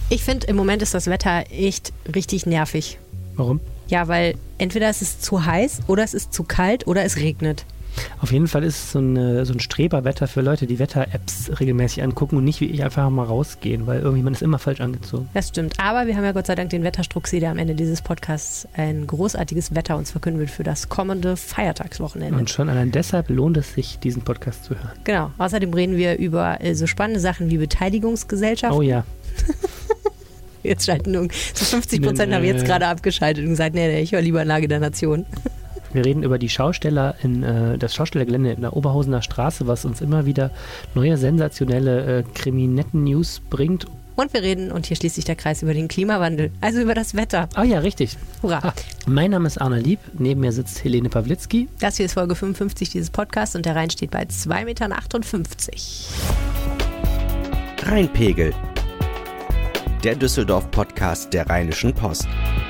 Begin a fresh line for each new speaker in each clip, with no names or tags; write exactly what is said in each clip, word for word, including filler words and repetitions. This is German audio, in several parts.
Ich finde, im Moment ist das Wetter echt richtig nervig.
Warum?
Ja, weil entweder es ist zu heiß oder es ist zu kalt oder es regnet.
Auf jeden Fall ist es so, eine, so ein Streberwetter für Leute, die Wetter-Apps regelmäßig angucken und nicht wie ich einfach mal rausgehen, weil irgendwie man ist immer falsch angezogen.
Das stimmt. Aber wir haben ja Gott sei Dank den Wetterstruxi, der am Ende dieses Podcasts ein großartiges Wetter uns verkünden wird für das kommende Feiertagswochenende.
Und schon allein deshalb lohnt es sich, diesen Podcast zu hören.
Genau. Außerdem reden wir über äh, so spannende Sachen wie Beteiligungsgesellschaft.
Oh ja.
Jetzt schalten nur so fünfzig Prozent haben jetzt gerade abgeschaltet und gesagt, nee, nee, ich höre lieber Lage der Nation.
Wir reden über die Schausteller in äh, das Schaustellergelände in der Oberhausener Straße, was uns immer wieder neue sensationelle äh, Kriminetten-News bringt.
Und wir reden, und hier schließt sich der Kreis, über den Klimawandel, also über das Wetter.
Ah ja, richtig.
Hurra.
Ah, mein Name ist Arne Lieb, neben mir sitzt Helene Pawlitzki.
Das hier ist Folge fünfundfünfzig dieses Podcasts und der Rhein steht bei zwei Komma achtundfünfzig Meter.
Rheinpegel, der Düsseldorf-Podcast der Rheinischen Post.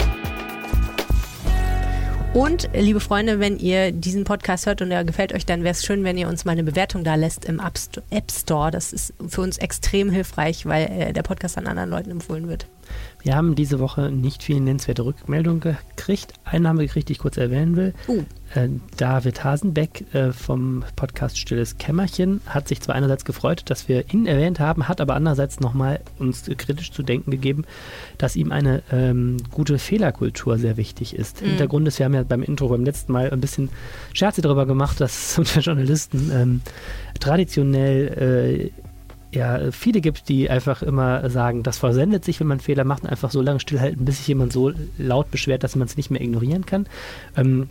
Und, liebe Freunde, wenn ihr diesen Podcast hört und er gefällt euch, dann wäre es schön, wenn ihr uns mal eine Bewertung da lässt im App Store. Das ist für uns extrem hilfreich, weil äh, der Podcast an anderen Leuten empfohlen wird.
Wir haben diese Woche nicht viel nennenswerte Rückmeldungen gekriegt. Einen haben wir gekriegt, die ich kurz erwähnen will.
Uh.
Äh, David Hasenbeck äh, vom Podcast Stilles Kämmerchen hat sich zwar einerseits gefreut, dass wir ihn erwähnt haben, hat aber andererseits nochmal uns äh, kritisch zu denken gegeben, dass ihm eine ähm, gute Fehlerkultur sehr wichtig ist. Mhm. Hintergrund ist, wir haben ja beim Intro beim letzten Mal ein bisschen Scherze darüber gemacht, dass es unter Journalisten ähm, traditionell äh, ja, viele gibt, die einfach immer sagen, das versendet sich, wenn man Fehler macht und einfach so lange stillhalten, bis sich jemand so laut beschwert, dass man es nicht mehr ignorieren kann. Ähm,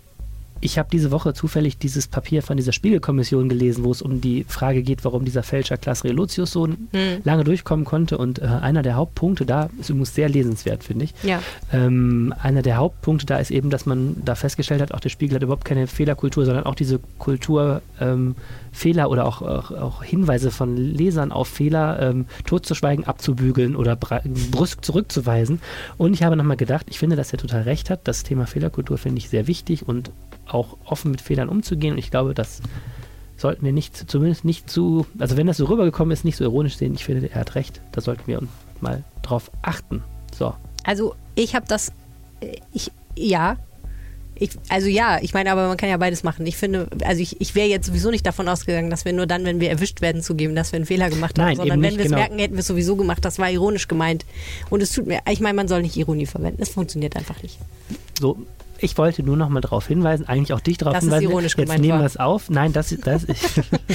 ich habe diese Woche zufällig dieses Papier von dieser Spiegelkommission gelesen, wo es um die Frage geht, warum dieser Fälscher Klaas Relotius so mhm. lange durchkommen konnte und äh, einer der Hauptpunkte da, ist übrigens sehr lesenswert, finde ich,
ja.
ähm, einer der Hauptpunkte da ist eben, dass man da festgestellt hat, auch der Spiegel hat überhaupt keine Fehlerkultur, sondern auch diese Kultur, ähm, Fehler oder auch, auch, auch Hinweise von Lesern auf Fehler ähm, totzuschweigen, abzubügeln oder brüsk zurückzuweisen. Und ich habe nochmal gedacht, ich finde, dass er total recht hat. Das Thema Fehlerkultur finde ich sehr wichtig und auch offen mit Fehlern umzugehen. Und ich glaube, das sollten wir nicht, zumindest nicht zu, also wenn das so rübergekommen ist, nicht so ironisch sehen. Ich finde, er hat recht. Da sollten wir uns mal drauf achten. So.
Also ich habe das, ich, ja, Ich, also ja, ich meine, aber man kann ja beides machen. Ich finde, also ich, ich wäre jetzt sowieso nicht davon ausgegangen, dass wir nur dann, wenn wir erwischt werden, zugeben, dass wir einen Fehler gemacht haben,
Nein,
sondern wenn
nicht,
wir es
genau.
merken, hätten wir es sowieso gemacht. Das war ironisch gemeint. Und es tut mir, ich meine, man soll nicht Ironie verwenden. Es funktioniert einfach nicht.
So, ich wollte nur noch mal darauf hinweisen, eigentlich auch dich darauf
dass
hinweisen.
Es ironisch
Jetzt
gemeint
nehmen
war.
wir es auf. Nein, dass, dass, ich,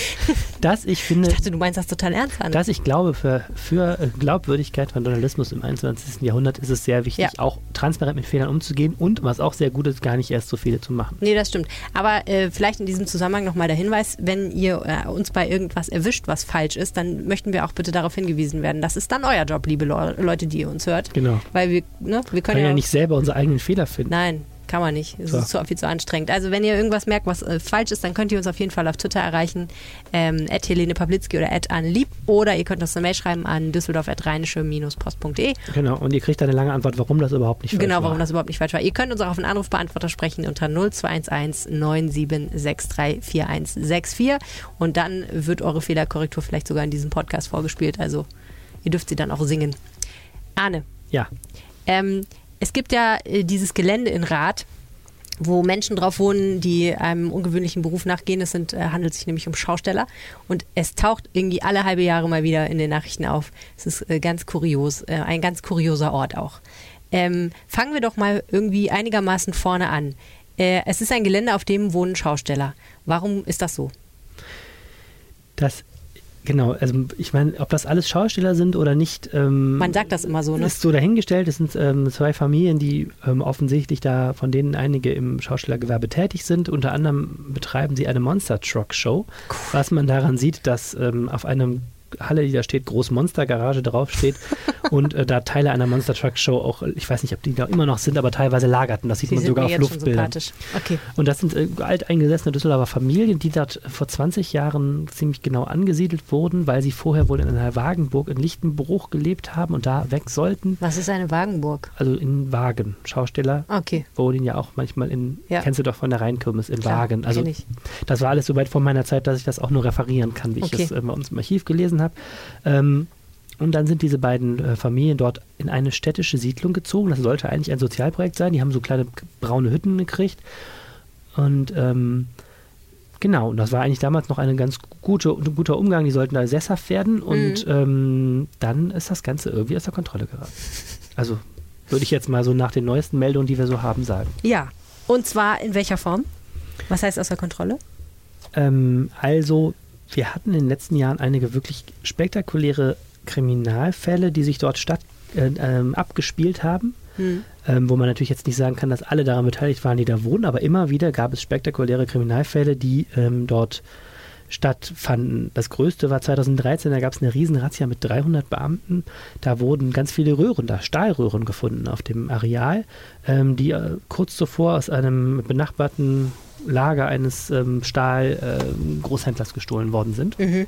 dass ich finde...
Ich dachte, du meinst das total ernst an.
Dass ich glaube, für, für Glaubwürdigkeit von Journalismus im einundzwanzigsten Jahrhundert ist es sehr wichtig,
ja.
auch transparent mit Fehlern umzugehen und, was auch sehr gut ist, gar nicht erst so viele zu machen.
Nee, das stimmt. Aber äh, vielleicht in diesem Zusammenhang nochmal der Hinweis, wenn ihr äh, uns bei irgendwas erwischt, was falsch ist, dann möchten wir auch bitte darauf hingewiesen werden. Das ist dann euer Job, liebe Le- Leute, die ihr uns hört.
Genau.
Weil wir, ne, wir können
können
ja,
ja nicht selber unsere eigenen Fehler finden.
Nein. Kann man nicht. Es
so.
ist zu, viel zu anstrengend. Also wenn ihr irgendwas merkt, was äh, falsch ist, dann könnt ihr uns auf jeden Fall auf Twitter erreichen, ähm, at Helene Pawlitzki oder at Arne Lieb, oder ihr könnt uns eine Mail schreiben an düsseldorf at rheinische post punkt de.
Genau, und ihr kriegt eine lange Antwort, warum das überhaupt nicht falsch
genau,
war.
Genau, warum das überhaupt nicht falsch war. Ihr könnt uns auch auf einen Anrufbeantworter sprechen unter null zwei eins eins neun sieben sechs drei vier eins sechs vier und dann wird eure Fehlerkorrektur vielleicht sogar in diesem Podcast vorgespielt. Also ihr dürft sie dann auch singen. Arne.
Ja.
Ähm, es gibt ja äh, dieses Gelände in Rath, wo Menschen drauf wohnen, die einem ungewöhnlichen Beruf nachgehen. Es sind, äh, handelt sich nämlich um Schausteller. Und es taucht irgendwie alle halbe Jahre mal wieder in den Nachrichten auf. Es ist äh, ganz kurios, äh, ein ganz kurioser Ort auch. Ähm, fangen wir doch mal irgendwie einigermaßen vorne an. Äh, es ist ein Gelände, auf dem wohnen Schausteller. Warum ist das so?
Das Genau, also ich meine, ob das alles Schausteller sind oder nicht, ähm,
man sagt das immer so, ne?
Ist so dahingestellt. Es sind ähm, zwei Familien, die ähm, offensichtlich da, von denen einige im Schaustellergewerbe tätig sind. Unter anderem betreiben sie eine Monster Truck Show, cool. Was man daran sieht, dass ähm, auf einem Halle, die da steht, groß Monster Garage draufsteht und äh, da Teile einer Monster Truck Show auch, ich weiß nicht, ob die da immer noch sind, aber teilweise lagerten. Das sieht
die
man sogar auf Luftbildern.
Okay.
Und das sind äh, alteingesessene Düsseldorfer Familien, die dort vor zwanzig Jahren ziemlich genau angesiedelt wurden, weil sie vorher wohl in einer Wagenburg in Lichtenbruch gelebt haben und da weg sollten.
Was ist eine Wagenburg?
Also in Wagen. Schausteller
okay.
wohnen ja auch manchmal in, ja. kennst du doch von der Rheinkirmes, in
Klar,
Wagen. Also
ich.
Das war alles so weit vor meiner Zeit, dass ich das auch nur referieren kann, wie
okay.
ich es äh, bei uns im Archiv gelesen habe. Ähm, Und dann sind diese beiden äh, Familien dort in eine städtische Siedlung gezogen. Das sollte eigentlich ein Sozialprojekt sein. Die haben so kleine braune Hütten gekriegt. Und ähm, genau, und das war eigentlich damals noch ein ganz gute, guter Umgang. Die sollten da sesshaft werden. Und mhm. ähm, dann ist das Ganze irgendwie aus der Kontrolle geraten. Also würde ich jetzt mal so nach den neuesten Meldungen, die wir so haben, sagen.
Ja, und zwar in welcher Form? Was heißt aus der Kontrolle?
Ähm, also, wir hatten in den letzten Jahren einige wirklich spektakuläre Kriminalfälle, die sich dort statt, äh, ähm, abgespielt haben, hm. ähm, wo man natürlich jetzt nicht sagen kann, dass alle daran beteiligt waren, die da wohnen, aber immer wieder gab es spektakuläre Kriminalfälle, die ähm, dort stattfanden. Das größte war zweitausenddreizehn, da gab es eine Riesenrazzia mit dreihundert Beamten. Da wurden ganz viele Röhren, da Stahlröhren gefunden auf dem Areal, ähm, die äh, kurz zuvor aus einem benachbarten Lager eines ähm, Stahl-Großhändlers äh, gestohlen worden sind. Mhm.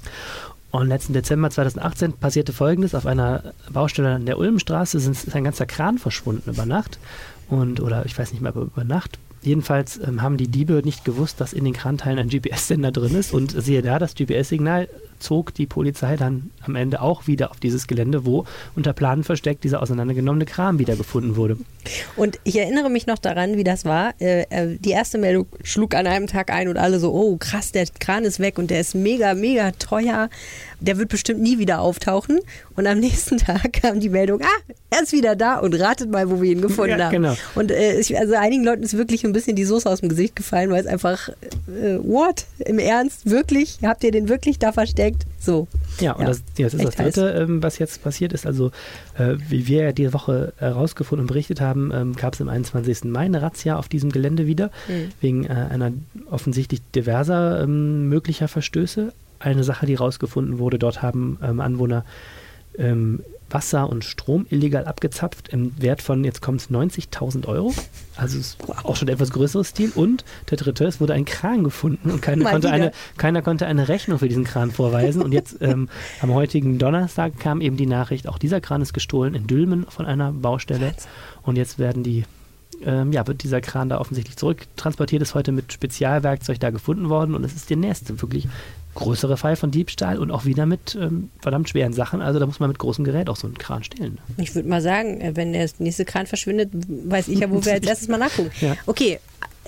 Und letzten Dezember zweitausendachtzehn passierte Folgendes: Auf einer Baustelle an der Ulmstraße ist ein ganzer Kran verschwunden über Nacht. Und, oder ich weiß nicht mehr, aber über Nacht. Jedenfalls ähm, haben die Diebe nicht gewusst, dass in den Kranteilen ein G P S-Sender drin ist. Und siehe da, das G P S-Signal zog die Polizei dann am Ende auch wieder auf dieses Gelände, wo unter Planen versteckt dieser auseinandergenommene Kran wiedergefunden wurde.
Und ich erinnere mich noch daran, wie das war. Äh, die erste Meldung schlug an einem Tag ein und alle so, oh krass, der Kran ist weg und der ist mega, mega teuer. Der wird bestimmt nie wieder auftauchen. Und am nächsten Tag kam die Meldung, ah, er ist wieder da und ratet mal, wo wir ihn gefunden
ja,
haben.
Genau.
Und äh, ich, also einigen Leuten ist wirklich ein bisschen die Soße aus dem Gesicht gefallen, weil es einfach, äh, what? Im Ernst? Wirklich? Habt ihr den wirklich da versteckt? So.
Ja, und
ja,
das, ja, das ist das Dritte, ähm, was jetzt passiert ist. Also, äh, wie wir ja diese Woche herausgefunden und berichtet haben, ähm, gab es am einundzwanzigsten Mai eine Razzia auf diesem Gelände wieder, mhm. wegen äh, einer offensichtlich diverser ähm, möglicher Verstöße. Eine Sache, die rausgefunden wurde, dort haben ähm, Anwohner ähm, Wasser und Strom illegal abgezapft im Wert von, jetzt kommt es, neunzigtausend Euro. Also es ist auch schon etwas größeres Stil. Und der dritte, es wurde ein Kran gefunden und keiner, konnte eine, keiner konnte eine Rechnung für diesen Kran vorweisen. Und jetzt ähm, am heutigen Donnerstag kam eben die Nachricht, auch dieser Kran ist gestohlen in Dülmen von einer Baustelle. Und jetzt werden die, ähm, ja, wird dieser Kran da offensichtlich zurücktransportiert, ist heute mit Spezialwerkzeug da gefunden worden. Und es ist der nächste wirklich größere Fall von Diebstahl und auch wieder mit ähm, verdammt schweren Sachen. Also da muss man mit großem Gerät auch so einen Kran stehlen.
Ich würde mal sagen, wenn der nächste Kran verschwindet, weiß ich ja, wo wir als erstes mal nachgucken. Ja. Okay,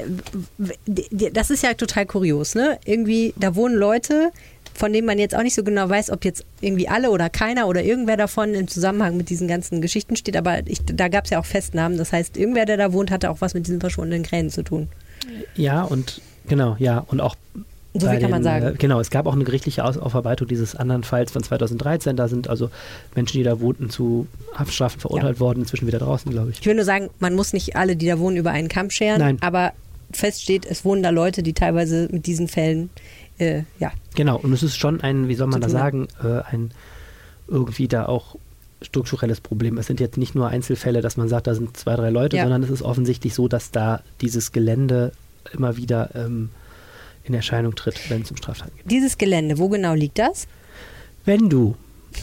das ist ja total kurios, ne? Irgendwie, da wohnen Leute, von denen man jetzt auch nicht so genau weiß, ob jetzt irgendwie alle oder keiner oder irgendwer davon im Zusammenhang mit diesen ganzen Geschichten steht. Aber ich, da gab es ja auch Festnahmen. Das heißt, irgendwer, der da wohnt, hatte auch was mit diesen verschwundenen Kränen zu tun.
Ja, und genau, ja, und auch
so viel kann man
den,
sagen.
Äh, genau, es gab auch eine gerichtliche Aus- Aufarbeitung dieses anderen Falls von zweitausenddreizehn. Da sind also Menschen, die da wohnten, zu Haftstrafen verurteilt ja. worden, inzwischen wieder draußen, glaube ich.
Ich will nur sagen, man muss nicht alle, die da wohnen, über einen Kamm scheren.
Nein.
Aber fest steht, es wohnen da Leute, die teilweise mit diesen Fällen, äh, ja.
Genau, und es ist schon ein, wie soll man da sagen, äh, ein irgendwie da auch strukturelles Problem. Es sind jetzt nicht nur Einzelfälle, dass man sagt, da sind zwei, drei Leute, ja. sondern es ist offensichtlich so, dass da dieses Gelände immer wieder ähm, in Erscheinung tritt, wenn es um Straftaten geht.
Dieses Gelände, wo genau liegt das?
Wenn du,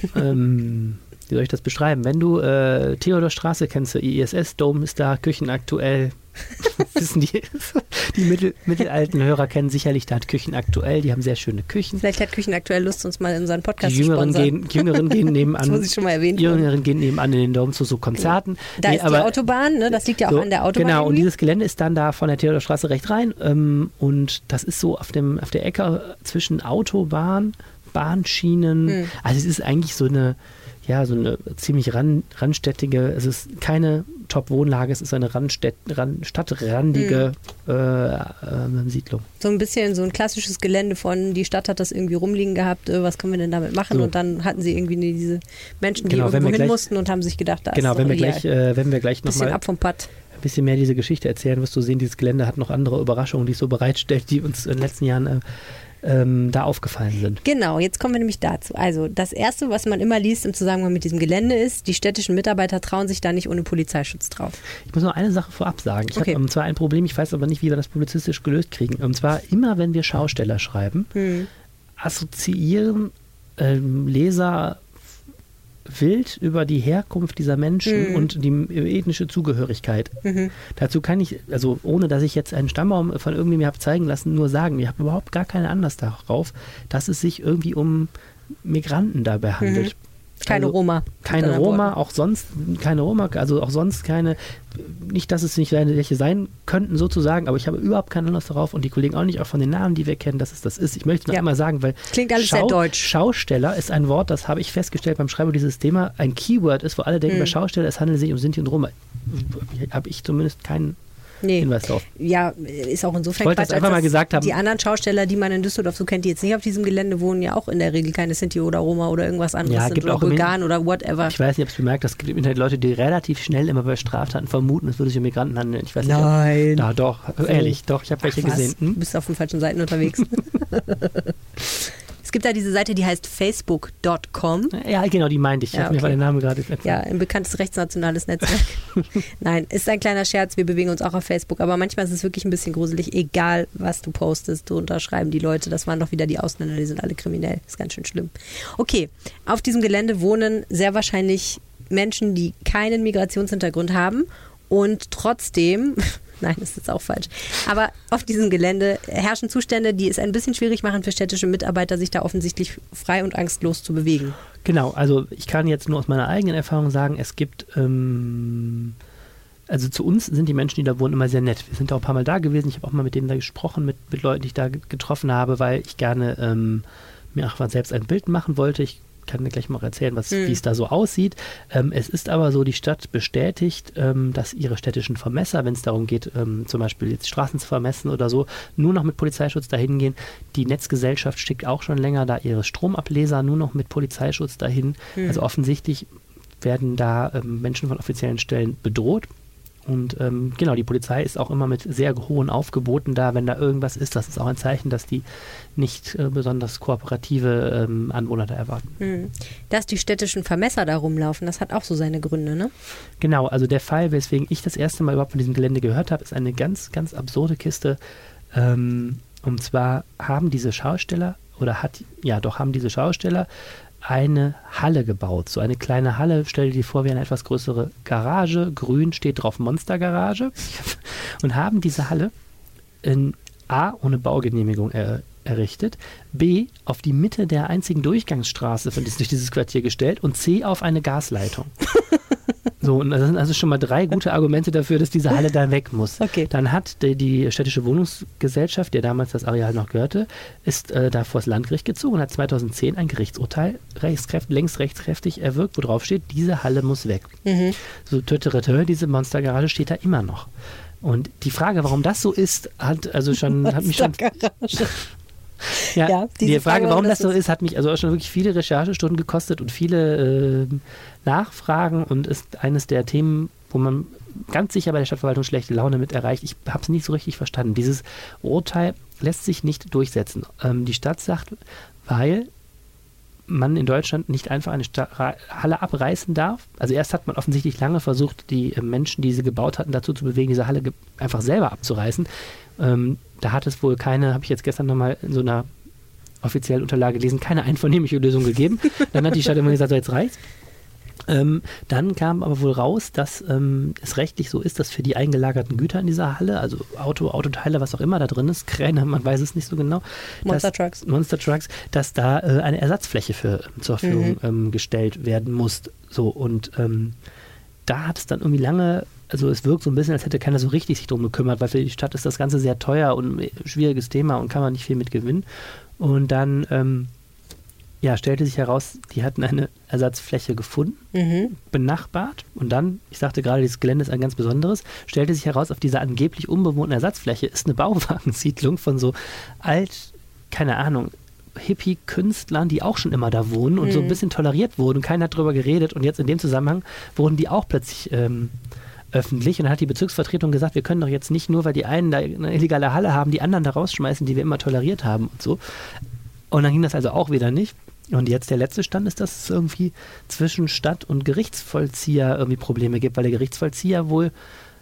ähm, wie soll ich das beschreiben? Wenn du äh, Theodorstraße kennst, I I S S-Dome ist da, Küchen aktuell, wissen die, die mittel, mittelalten Hörer kennen sicherlich, da hat Küchen aktuell, die haben sehr schöne Küchen.
Vielleicht hat Küchen aktuell Lust, uns mal in unseren Podcast
die Jüngeren
zu sponsern.
Gehen, die Jüngeren gehen nebenan,
das muss ich schon mal erwähnt
die Jüngeren gehen nebenan in den Dome zu so Konzerten.
Da
nee,
ist
aber,
die Autobahn, ne? Das liegt ja auch
so,
an der Autobahn.
Genau,
irgendwie.
Und dieses Gelände ist dann da von der Theodorstraße recht rein ähm, und das ist so auf, dem, auf der Ecke zwischen Autobahn, Bahnschienen, hm. also es ist eigentlich so eine ja, so eine ziemlich ran, randstädtige, es ist keine Top-Wohnlage, es ist eine Randstädt, Rand, stadtrandige mhm. äh, äh, Siedlung.
So ein bisschen so ein klassisches Gelände von, die Stadt hat das irgendwie rumliegen gehabt, äh, was können wir denn damit machen? So. Und dann hatten sie irgendwie diese Menschen, die
genau,
irgendwo hin
gleich,
mussten und haben sich gedacht, da
genau,
ist
wenn wir
ideal.
gleich, äh, wenn wir gleich nochmal
ab vom Pott.
ein bisschen mehr diese Geschichte erzählen, wirst du sehen, dieses Gelände hat noch andere Überraschungen, die es so bereitstellt, die uns in den letzten Jahren äh, Ähm, da aufgefallen sind.
Genau, jetzt kommen wir nämlich dazu. Also das Erste, was man immer liest im Zusammenhang mit diesem Gelände ist, die städtischen Mitarbeiter trauen sich da nicht ohne Polizeischutz drauf.
Ich muss noch eine Sache vorab sagen. Ich
okay.
habe um, zwar ein Problem, ich weiß aber nicht, wie wir das publizistisch gelöst kriegen. Und zwar immer, wenn wir Schausteller schreiben, hm. assoziieren ähm, Leser wild über die Herkunft dieser Menschen mhm. und die ethnische Zugehörigkeit. Mhm. Dazu kann ich, also ohne dass ich jetzt einen Stammbaum von irgendjemandem habe zeigen lassen, nur sagen, ich habe überhaupt gar keinen Anlass darauf, dass es sich irgendwie um Migranten dabei handelt.
Keine
also,
Roma.
Keine Roma, auch sonst keine Roma, also auch sonst keine, nicht, dass es nicht welche sein könnten sozusagen, aber ich habe überhaupt keinen Anlass darauf und die Kollegen auch nicht, auch von den Namen, die wir kennen, dass es das ist. Ich möchte noch
ja.
einmal sagen, weil
klingt alles Schau- sehr deutsch.
Schausteller ist ein Wort, das habe ich festgestellt beim Schreiben dieses Thema, ein Keyword ist, wo alle denken, mhm. bei Schausteller, es handelt sich um Sinti und Roma. Habe ich zumindest keinen
Nee.
Hinweis drauf.
Ja, ist auch insofern
ich wollte
Quatsch,
das einfach mal gesagt haben.
Die anderen Schausteller, die man in Düsseldorf so kennt, die jetzt nicht auf diesem Gelände wohnen, ja auch in der Regel keine Sinti oder Roma oder irgendwas anderes
ja,
sind
gibt
oder
auch
Bulgaren oder whatever.
Ich weiß nicht, ob es bemerkt, es gibt im Internet Leute, die relativ schnell immer bei Straftaten vermuten, es würde sich um Migranten handeln. Ich weiß nicht,
Nein.
Ob, da, doch, ehrlich, doch, ich habe welche
Ach,
gesehen. Hm?
Du bist auf den falschen Seiten unterwegs. Es gibt da diese Seite, die heißt facebook Punkt com.
Ja, genau, die meinte ich. Ich
ja,
habe
okay.
mir den Namen gerade
Ja, ein bekanntes rechtsnationales Netzwerk. Nein, ist ein kleiner Scherz, wir bewegen uns auch auf Facebook, aber manchmal ist es wirklich ein bisschen gruselig, egal was du postest, drunter schreiben die Leute, das waren doch wieder die Ausländer, die sind alle kriminell. Ist ganz schön schlimm. Okay, auf diesem Gelände wohnen sehr wahrscheinlich Menschen, die keinen Migrationshintergrund haben und trotzdem... Nein, das ist jetzt auch falsch. Aber auf diesem Gelände herrschen Zustände, die es ein bisschen schwierig machen für städtische Mitarbeiter, sich da offensichtlich frei und angstlos zu bewegen.
Genau, also ich kann jetzt nur aus meiner eigenen Erfahrung sagen, es gibt, ähm, also zu uns sind die Menschen, die da wohnen, immer sehr nett. Wir sind auch ein paar Mal da gewesen, ich habe auch mal mit denen da gesprochen, mit, mit Leuten, die ich da getroffen habe, weil ich gerne ähm, mir auch selbst ein Bild machen wollte. Ich kann dir gleich mal erzählen, was, hm. wie es da so aussieht. Ähm, es ist aber so, die Stadt bestätigt, ähm, dass ihre städtischen Vermesser, wenn es darum geht, ähm, zum Beispiel jetzt Straßen zu vermessen oder so, nur noch mit Polizeischutz dahin gehen. Die Netzgesellschaft schickt auch schon länger da ihre Stromableser nur noch mit Polizeischutz dahin. Hm. Also offensichtlich werden da ähm, Menschen von offiziellen Stellen bedroht. Und ähm, genau, die Polizei ist auch immer mit sehr hohen Aufgeboten da, wenn da irgendwas ist. Das ist auch ein Zeichen, dass die nicht äh, besonders kooperative ähm, Anwohner da erwarten.
Hm. Dass die städtischen Vermesser da rumlaufen, das hat auch so seine Gründe, ne?
Genau, also der Fall, weswegen ich das erste Mal überhaupt von diesem Gelände gehört habe, ist eine ganz, ganz absurde Kiste. Ähm, und zwar haben diese Schausteller, oder hat, ja doch, haben diese Schausteller eine Halle gebaut. So eine kleine Halle, stell dir vor wie eine etwas größere Garage, grün steht drauf Monstergarage und haben diese Halle in A, ohne Baugenehmigung er, errichtet, B, auf die Mitte der einzigen Durchgangsstraße von, durch dieses Quartier gestellt und C, auf eine Gasleitung. So, und das sind also schon mal drei gute Argumente dafür, dass diese Halle da weg muss.
Okay.
Dann hat die, die städtische Wohnungsgesellschaft, der damals das Areal noch gehörte, ist äh, da vor das Landgericht gezogen und hat zweitausendzehn ein Gerichtsurteil rechtskräft, längst rechtskräftig erwirkt, wo drauf steht, diese Halle muss weg. Mhm. So, tötere, diese Monstergarage steht da immer noch. Und die Frage, warum das so ist, hat also schon, hat mich schon... Ja, ja die Frage, Frage, warum das so ist, hat mich also auch schon wirklich viele Recherchestunden gekostet und viele äh, Nachfragen und ist eines der Themen, wo man ganz sicher bei der Stadtverwaltung schlechte Laune mit erreicht. Ich habe es nicht so richtig verstanden. Dieses Urteil lässt sich nicht durchsetzen. Ähm, die Stadt sagt, weil man in Deutschland nicht einfach eine Sta- Halle abreißen darf. Also erst hat man offensichtlich lange versucht, die äh, Menschen, die sie gebaut hatten, dazu zu bewegen, diese Halle ge- einfach selber abzureißen. Ähm, da hat es wohl keine, habe ich jetzt gestern nochmal in so einer offiziellen Unterlage gelesen, keine einvernehmliche Lösung gegeben. Dann hat die Stadt immer gesagt, so jetzt reicht's. Ähm, dann kam aber wohl raus, dass ähm, es rechtlich so ist, dass für die eingelagerten Güter in dieser Halle, also Auto, Autoteile, was auch immer da drin ist, Kräne, man weiß es nicht so genau.
Monster
dass,
Trucks.
Monster Trucks, dass da äh, eine Ersatzfläche für zur Verfügung mhm. ähm, gestellt werden muss. So, und ähm, da hat es dann irgendwie lange, also es wirkt so ein bisschen, als hätte keiner so richtig sich drum gekümmert, weil für die Stadt ist das Ganze sehr teuer und ein schwieriges Thema und kann man nicht viel mit gewinnen. Und dann ähm, ja, stellte sich heraus, die hatten eine Ersatzfläche gefunden, mhm. benachbart. Und dann, ich sagte gerade, dieses Gelände ist ein ganz besonderes, stellte sich heraus, auf dieser angeblich unbewohnten Ersatzfläche ist eine Bauwagensiedlung von so alt, keine Ahnung, Hippie-Künstlern, die auch schon immer da wohnen und mhm. so ein bisschen toleriert wurden. Keiner hat drüber geredet. Und jetzt in dem Zusammenhang wurden die auch plötzlich ähm, öffentlich. Und dann hat die Bezirksvertretung gesagt, wir können doch jetzt nicht nur, weil die einen da eine illegale Halle haben, die anderen da rausschmeißen, die wir immer toleriert haben und so. Und dann ging das also auch wieder nicht. Und jetzt der letzte Stand ist, dass es irgendwie zwischen Stadt und Gerichtsvollzieher irgendwie Probleme gibt, weil der Gerichtsvollzieher wohl,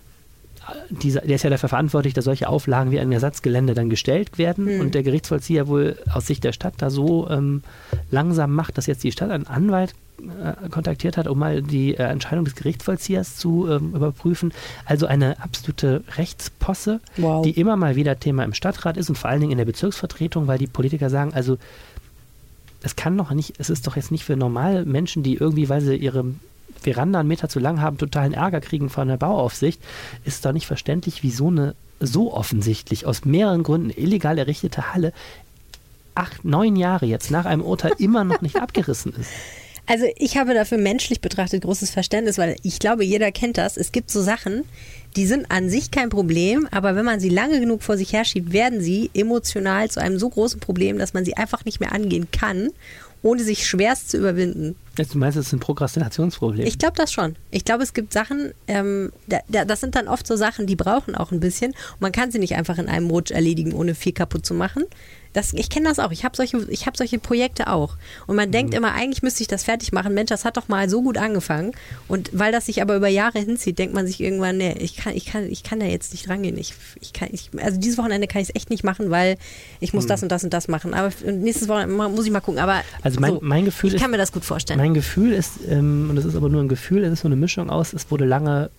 dieser, der ist ja dafür verantwortlich, dass solche Auflagen wie ein Ersatzgelände dann gestellt werden hm. und der Gerichtsvollzieher wohl aus Sicht der Stadt da so ähm, langsam macht, dass jetzt die Stadt einen Anwalt äh, kontaktiert hat, um mal die äh, Entscheidung des Gerichtsvollziehers zu ähm, überprüfen. Also eine absolute Rechtsposse, wow. die immer mal wieder Thema im Stadtrat ist und vor allen Dingen in der Bezirksvertretung, weil die Politiker sagen, also es kann doch nicht, es ist doch jetzt nicht für normale Menschen, die irgendwie, weil sie ihre Veranda einen Meter zu lang haben, totalen Ärger kriegen von der Bauaufsicht, ist doch nicht verständlich, wie so eine so offensichtlich aus mehreren Gründen illegal errichtete Halle acht, neun Jahre jetzt nach einem Urteil immer noch nicht abgerissen ist.
Also ich habe dafür menschlich betrachtet großes Verständnis, weil ich glaube, jeder kennt das. Es gibt so Sachen, die sind an sich kein Problem, aber wenn man sie lange genug vor sich herschiebt, werden sie emotional zu einem so großen Problem, dass man sie einfach nicht mehr angehen kann, ohne sich schwerst zu überwinden.
Jetzt, du meinst, das ist ein Prokrastinationsproblem?
Ich glaube das schon. Ich glaube, es gibt Sachen, ähm, da, da, das sind dann oft so Sachen, die brauchen auch ein bisschen. Und man kann sie nicht einfach in einem Rutsch erledigen, ohne viel kaputt zu machen. Das, ich kenne das auch. Ich habe solche, ich hab solche Projekte auch. Und man mhm. denkt immer, eigentlich müsste ich das fertig machen. Mensch, das hat doch mal so gut angefangen. Und weil das sich aber über Jahre hinzieht, denkt man sich irgendwann, nee, ich kann, ich kann, ich kann da jetzt nicht rangehen. Ich, ich kann, ich, also dieses Wochenende kann ich es echt nicht machen, weil ich muss mhm. das und das und das machen. Aber nächstes Wochenende muss ich mal gucken. Aber
also mein,
so,
mein Gefühl
ich
ist,
kann mir das gut vorstellen.
Mein Gefühl ist, ähm, und das ist aber nur ein Gefühl, es ist so eine Mischung aus, es wurde lange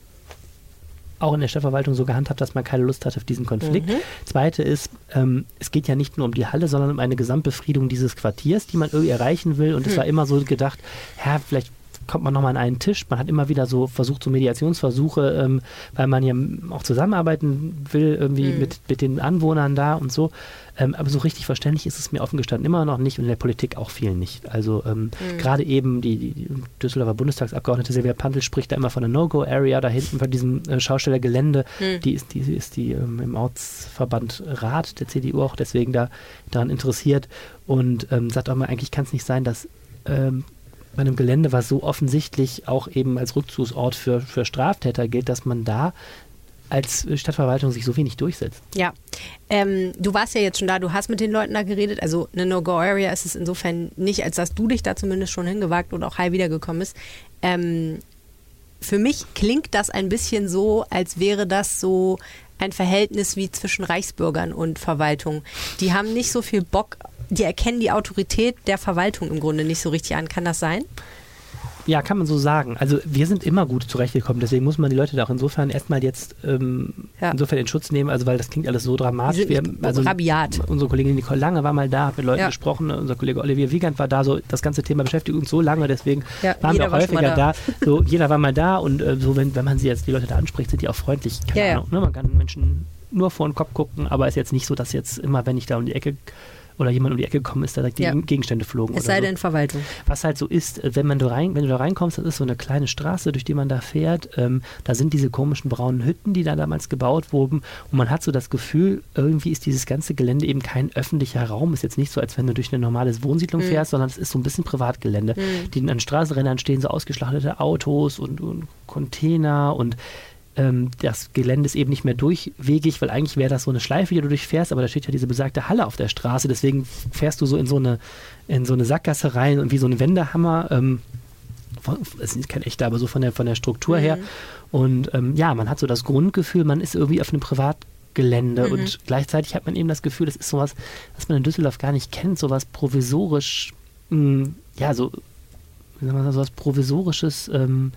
auch in der Stadtverwaltung so gehandhabt, dass man keine Lust hat auf diesen Konflikt. Mhm. Zweite ist, ähm, es geht ja nicht nur um die Halle, sondern um eine Gesamtbefriedung dieses Quartiers, die man irgendwie erreichen will. Und mhm. es war immer so gedacht, ja, vielleicht kommt man nochmal an einen Tisch. Man hat immer wieder so versucht, so Mediationsversuche, ähm, weil man ja auch zusammenarbeiten will, irgendwie mhm. mit, mit den Anwohnern da und so. Ähm, aber so richtig verständlich ist es mir offen gestanden immer noch nicht und in der Politik auch viel nicht. Also ähm, mhm. gerade eben die, die, die Düsseldorfer Bundestagsabgeordnete Silvia Pantel spricht da immer von der No-Go-Area da hinten bei diesem äh, Schaustellergelände. Mhm. Die ist die, ist die ähm, im Ortsverband Rat der C D U auch deswegen da daran interessiert und ähm, sagt auch mal, eigentlich kann es nicht sein, dass ähm, bei einem Gelände, was so offensichtlich auch eben als Rückzugsort für, für Straftäter gilt, dass man da als Stadtverwaltung sich so wenig durchsetzt.
Ja, ähm, du warst ja jetzt schon da, du hast mit den Leuten da geredet, also eine No-Go-Area ist es insofern nicht, als dass du dich da zumindest schon hingewagt und auch heil wiedergekommen bist. Ähm, für mich klingt das ein bisschen so, als wäre das so ein Verhältnis wie zwischen Reichsbürgern und Verwaltung. Die haben nicht so viel Bock, die erkennen die Autorität der Verwaltung im Grunde nicht so richtig an. Kann das sein?
Ja, kann man so sagen. Also wir sind immer gut zurechtgekommen, deswegen muss man die Leute da auch insofern erstmal jetzt ähm, ja. insofern in Schutz nehmen, also weil das klingt alles so dramatisch. Wir, also
rabiat.
Unsere Kollegin Nicole Lange war mal da, hat mit Leuten ja. gesprochen, unser Kollege Olivier Wiegand war da, so das ganze Thema beschäftigt uns so lange, deswegen ja, waren wir auch häufiger da. da. So, jeder war mal da und äh, so, wenn, wenn man sie jetzt die Leute da anspricht, sind die auch freundlich. Keine ja, Ahnung, ne? Man kann Menschen nur vor den Kopf gucken, aber es ist jetzt nicht so, dass jetzt immer, wenn ich da um die Ecke oder jemand um die Ecke gekommen ist, da direkt ja. die Gegenstände flogen.
Es sei
so.
denn Verwaltung.
Was halt so ist, wenn man da rein, wenn du da reinkommst, das ist so eine kleine Straße, durch die man da fährt. Ähm, da sind diese komischen braunen Hütten, die da damals gebaut wurden. Und man hat so das Gefühl, irgendwie ist dieses ganze Gelände eben kein öffentlicher Raum. Ist jetzt nicht so, als wenn du durch eine normale Wohnsiedlung mhm. fährst, sondern es ist so ein bisschen Privatgelände. Mhm. Die an Straßenrändern stehen so ausgeschlachtete Autos und, und Container und das Gelände ist eben nicht mehr durchwegig, weil eigentlich wäre das so eine Schleife, die du durchfährst, aber da steht ja diese besagte Halle auf der Straße, deswegen fährst du so in so eine, in so eine Sackgasse rein und wie so ein Wendehammer, ähm, es ist kein echter, aber so von der, von der Struktur mhm. her und ähm, ja, man hat so das Grundgefühl, man ist irgendwie auf einem Privatgelände mhm. und gleichzeitig hat man eben das Gefühl, das ist sowas, was man in Düsseldorf gar nicht kennt, sowas provisorisch, mh, ja, so, wie soll man sagen, sowas provisorisches, ähm,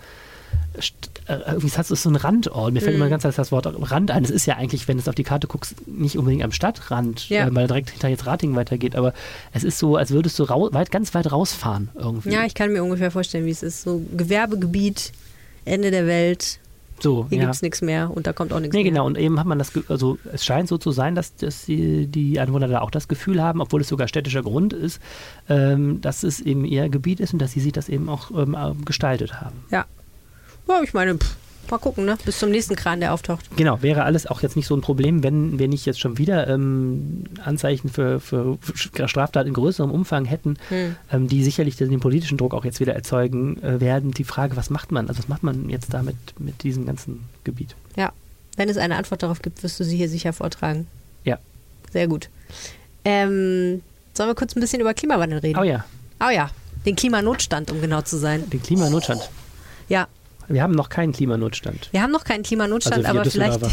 irgendwie hat es so einen Randort. Mir fällt mm. immer ganz das Wort Rand ein. Das ist ja eigentlich, wenn du auf die Karte guckst, nicht unbedingt am Stadtrand, ja. äh, weil direkt hinter jetzt Ratingen weitergeht. Aber es ist so, als würdest du rau- weit, ganz weit rausfahren irgendwie.
Ja, ich kann mir ungefähr vorstellen, wie es ist. So Gewerbegebiet, Ende der Welt.
So,
Hier
ja.
gibt es nichts mehr und da kommt auch nichts
nee,
mehr.
Nee, genau. Und eben hat man das, Ge- also es scheint so zu sein, dass, dass die, die Anwohner da auch das Gefühl haben, obwohl es sogar städtischer Grund ist, ähm, dass es eben ihr Gebiet ist und dass sie sich das eben auch ähm, gestaltet haben.
Ja. Ja, ich meine, pff, mal gucken, ne? Bis zum nächsten Kran, der auftaucht.
Genau, wäre alles auch jetzt nicht so ein Problem, wenn wir nicht jetzt schon wieder ähm, Anzeichen für, für Straftaten in größerem Umfang hätten, hm. ähm, die sicherlich den politischen Druck auch jetzt wieder erzeugen äh, werden. Die Frage, was macht man? Also was macht man jetzt da mit, mit diesem ganzen Gebiet?
Ja, wenn es eine Antwort darauf gibt, wirst du sie hier sicher vortragen.
Ja.
Sehr gut. Ähm, sollen wir kurz ein bisschen über Klimawandel reden?
Oh ja.
Oh ja, den Klimanotstand, um genau zu sein.
Den Klimanotstand?
Ja.
Wir haben noch keinen Klimanotstand.
Wir haben noch keinen Klimanotstand,
also
aber vielleicht,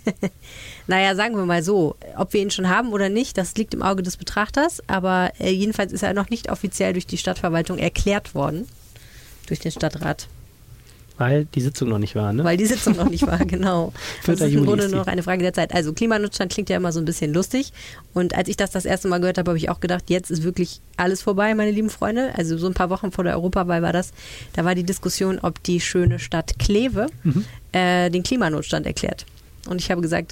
naja, sagen wir mal so, ob wir ihn schon haben oder nicht, das liegt im Auge des Betrachters, aber äh, jedenfalls ist er noch nicht offiziell durch die Stadtverwaltung erklärt worden, durch den Stadtrat.
Weil die Sitzung noch nicht war, ne?
Weil die Sitzung noch nicht war, genau. Das ist im
Juli
Grunde
ist
nur noch eine Frage der Zeit. Also Klimanotstand klingt ja immer so ein bisschen lustig. Und als ich das das erste Mal gehört habe, habe ich auch gedacht, jetzt ist wirklich alles vorbei, meine lieben Freunde. Also so ein paar Wochen vor der Europawahl war das. Da war die Diskussion, ob die schöne Stadt Kleve mhm. äh, den Klimanotstand erklärt. Und ich habe gesagt,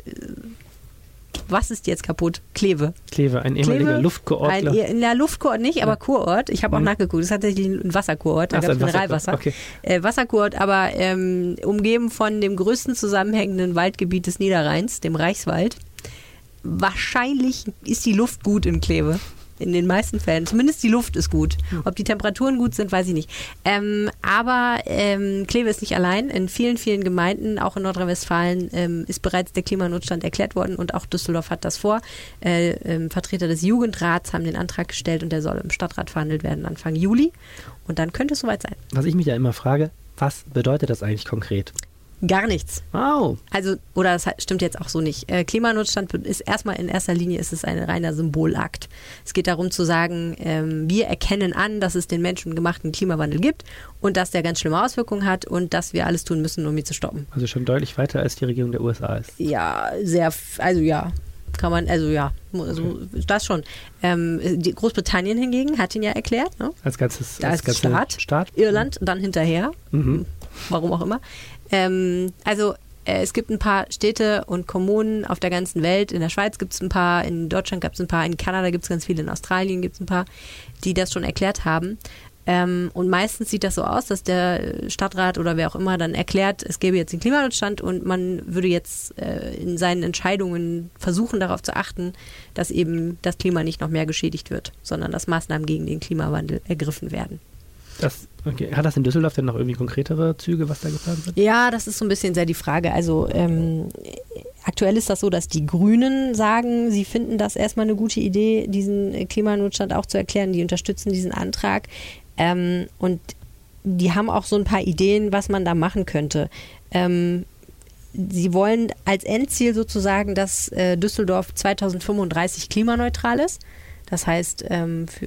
was ist jetzt kaputt? Kleve.
Kleve, ein ehemaliger Luftkurort.
Ein, in der Luftkurort nicht, aber ja. Kurort. Ich habe auch mhm. nachgeguckt. Das ist tatsächlich ein Wasserkurort. Da gab es Mineralwasser. Okay. Äh, Wasserkurort, aber ähm, umgeben von dem größten zusammenhängenden Waldgebiet des Niederrheins, dem Reichswald. Wahrscheinlich ist die Luft gut in Kleve. In den meisten Fällen. Zumindest die Luft ist gut. Ob die Temperaturen gut sind, weiß ich nicht. Ähm, aber ähm, Kleve ist nicht allein. In vielen, vielen Gemeinden, auch in Nordrhein-Westfalen, ähm, ist bereits der Klimanotstand erklärt worden und auch Düsseldorf hat das vor. Äh, ähm, Vertreter des Jugendrats haben den Antrag gestellt und der soll im Stadtrat verhandelt werden Anfang Juli. Und dann könnte es soweit sein.
Was ich mich ja immer frage, was bedeutet das eigentlich konkret?
Gar nichts.
Wow.
Also, oder das stimmt jetzt auch so nicht. Äh, Klimanotstand ist erstmal in erster Linie ist es ein reiner Symbolakt. Es geht darum zu sagen, ähm, wir erkennen an, dass es den menschengemachten Klimawandel gibt und dass der ganz schlimme Auswirkungen hat und dass wir alles tun müssen, um ihn zu stoppen.
Also schon deutlich weiter als die Regierung der U S A ist.
Ja, sehr, also ja. Kann man, also ja, also okay. das schon. Ähm, die Großbritannien hingegen hat ihn ja erklärt. Ne?
Als ganzes
als
als
Staat.
Staat.
Irland dann hinterher.
Mhm.
Warum auch immer. Ähm, also äh, es gibt ein paar Städte und Kommunen auf der ganzen Welt. In der Schweiz gibt es ein paar, in Deutschland gibt es ein paar, in Kanada gibt es ganz viele, in Australien gibt es ein paar, die das schon erklärt haben. Ähm, und meistens sieht das so aus, dass der Stadtrat oder wer auch immer dann erklärt, es gäbe jetzt den Klimanotstand und man würde jetzt äh, in seinen Entscheidungen versuchen, darauf zu achten, dass eben das Klima nicht noch mehr geschädigt wird, sondern dass Maßnahmen gegen den Klimawandel ergriffen werden.
Das, okay. Hat das in Düsseldorf denn noch irgendwie konkretere Züge, was da geplant wird?
Ja, das ist so ein bisschen sehr die Frage. Also ähm, aktuell ist das so, dass die Grünen sagen, sie finden das erstmal eine gute Idee, diesen Klimanotstand auch zu erklären. Die unterstützen diesen Antrag. Ähm, und die haben auch so ein paar Ideen, was man da machen könnte. Ähm, sie wollen als Endziel sozusagen, dass äh, Düsseldorf zweitausendfünfunddreißig klimaneutral ist. Das heißt, ähm, für,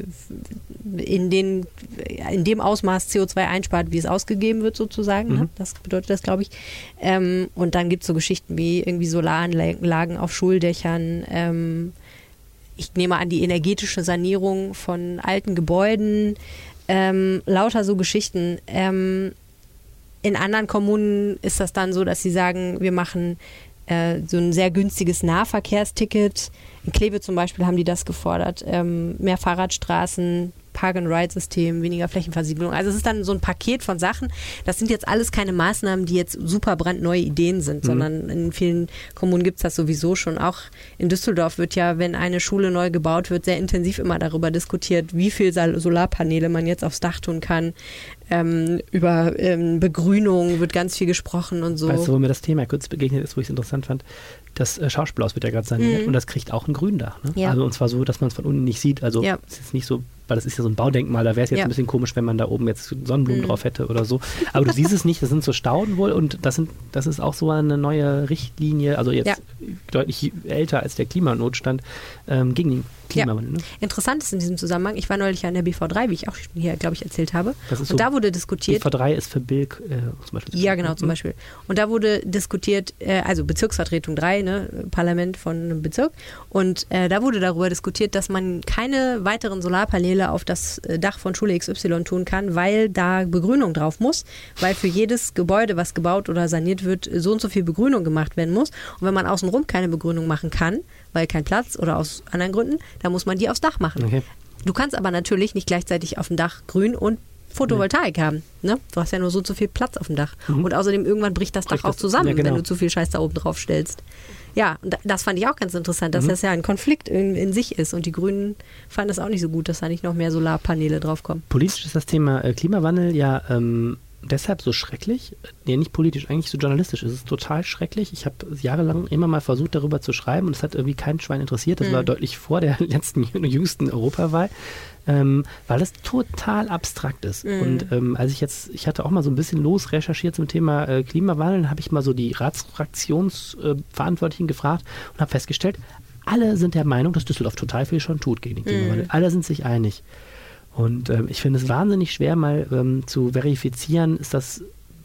in, den, in dem Ausmaß C O zwei einspart, wie es ausgegeben wird sozusagen. Mhm. Ne? Das bedeutet das, glaube ich. Ähm, und dann gibt es so Geschichten wie irgendwie Solaranlagen auf Schuldächern. Ähm, ich nehme an, die energetische Sanierung von alten Gebäuden. Ähm, lauter so Geschichten. Ähm, in anderen Kommunen ist das dann so, dass sie sagen, wir machen äh, so ein sehr günstiges Nahverkehrsticket. In Kleve zum Beispiel haben die das gefordert. Ähm, mehr Fahrradstraßen, Park-and-Ride-System, weniger Flächenversiegelung. Also es ist dann so ein Paket von Sachen. Das sind jetzt alles keine Maßnahmen, die jetzt super brandneue Ideen sind, mhm. sondern in vielen Kommunen gibt es das sowieso schon. Auch in Düsseldorf wird ja, wenn eine Schule neu gebaut wird, sehr intensiv immer darüber diskutiert, wie viel Solarpaneele man jetzt aufs Dach tun kann. Ähm, über ähm, Begrünung wird ganz viel gesprochen und so.
Weißt du, wo mir das Thema kurz begegnet ist, wo ich es interessant fand? Das äh, Schauspielhaus wird ja gerade saniert mhm. und das kriegt auch ein Gründach. Ne? Ja. Also und zwar so, dass man es von unten nicht sieht. Also ja. es ist nicht so, weil das ist ja so ein Baudenkmal, da wäre es jetzt ja. ein bisschen komisch, wenn man da oben jetzt Sonnenblumen mhm. drauf hätte oder so. Aber du siehst es nicht, das sind so Stauden wohl und das sind, das ist auch so eine neue Richtlinie, also jetzt ja. deutlich älter als der Klimanotstand ähm, gegen den Klimawandel. Ja.
Ne? Interessant ist in diesem Zusammenhang, ich war neulich an der B V drei, wie ich auch hier, glaube ich, erzählt habe.
Das ist
und
so,
da wurde diskutiert.
B V drei ist für Bilk äh, zum Beispiel.
Ja, genau, zum Beispiel. Und da wurde diskutiert, äh, also Bezirksvertretung drei, ne, Parlament von einem Bezirk. Und äh, da wurde darüber diskutiert, dass man keine weiteren Solarpaneele auf das äh, Dach von Schule X Y tun kann, weil da Begrünung drauf muss, weil für jedes Gebäude, was gebaut oder saniert wird, so und so viel Begrünung gemacht werden muss. Und wenn man außenrum keine Begrünung machen kann, weil kein Platz oder aus anderen Gründen, dann muss man die aufs Dach machen. Okay. Du kannst aber natürlich nicht gleichzeitig auf dem Dach Grün und Photovoltaik nee. haben. Ne? Du hast ja nur so und so viel Platz auf dem Dach. Mhm. Und außerdem irgendwann bricht das bricht Dach auch das, zusammen, ja, genau. wenn du zu viel Scheiß da oben drauf stellst. Ja, und das fand ich auch ganz interessant, dass mhm. das ja ein Konflikt in, in sich ist. Und die Grünen fanden das auch nicht so gut, dass da nicht noch mehr Solarpaneele draufkommen.
Politisch ist das Thema äh, Klimawandel ja ähm, deshalb so schrecklich. Nee, nicht politisch, eigentlich so journalistisch. Es ist total schrecklich. Ich habe jahrelang immer mal versucht, darüber zu schreiben und es hat irgendwie kein Schwein interessiert. Das mhm. war deutlich vor der letzten, jüngsten Europawahl. Ähm, weil es total abstrakt ist. Mhm. Und ähm, als ich jetzt, ich hatte auch mal so ein bisschen losrecherchiert zum Thema äh, Klimawandel, habe ich mal so die Ratsfraktionsverantwortlichen äh, gefragt und habe festgestellt, alle sind der Meinung, dass Düsseldorf total viel schon tut gegen den Klimawandel. Mhm. Alle sind sich einig. Und ähm, ich finde es wahnsinnig schwer, mal ähm, zu verifizieren, ist das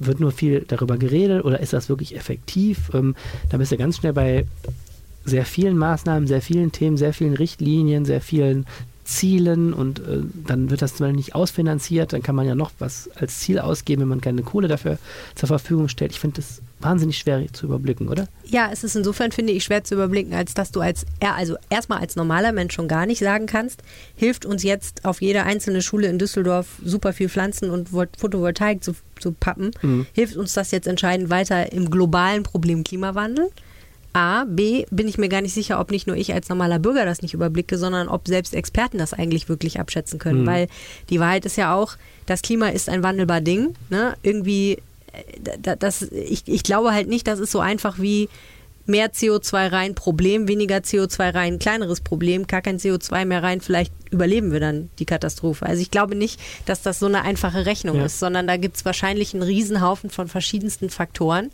wird nur viel darüber geredet oder ist das wirklich effektiv? Ähm, da bist du ganz schnell bei sehr vielen Maßnahmen, sehr vielen Themen, sehr vielen Richtlinien, sehr vielen Zielen und äh, dann wird das zum Beispiel nicht ausfinanziert, dann kann man ja noch was als Ziel ausgeben, wenn man keine Kohle dafür zur Verfügung stellt. Ich finde das wahnsinnig schwer zu überblicken, oder?
Ja, es ist insofern, finde ich, schwer zu überblicken, als dass du als, also erstmal als normaler Mensch schon gar nicht sagen kannst, hilft uns jetzt auf jede einzelne Schule in Düsseldorf super viel Pflanzen und Photovoltaik zu, zu pappen, mhm. hilft uns das jetzt entscheidend weiter im globalen Problem Klimawandel? A, B, bin ich mir gar nicht sicher, ob nicht nur ich als normaler Bürger das nicht überblicke, sondern ob selbst Experten das eigentlich wirklich abschätzen können. Mhm. Weil die Wahrheit ist ja auch, das Klima ist ein wandelbar Ding. Ne? Irgendwie, das, ich, ich glaube halt nicht, das ist so einfach wie mehr C O zwei rein Problem, weniger C O zwei rein kleineres Problem, gar kein C O zwei mehr rein, vielleicht überleben wir dann die Katastrophe. Also ich glaube nicht, dass das so eine einfache Rechnung ja. ist, sondern da gibt es wahrscheinlich einen Riesenhaufen von verschiedensten Faktoren.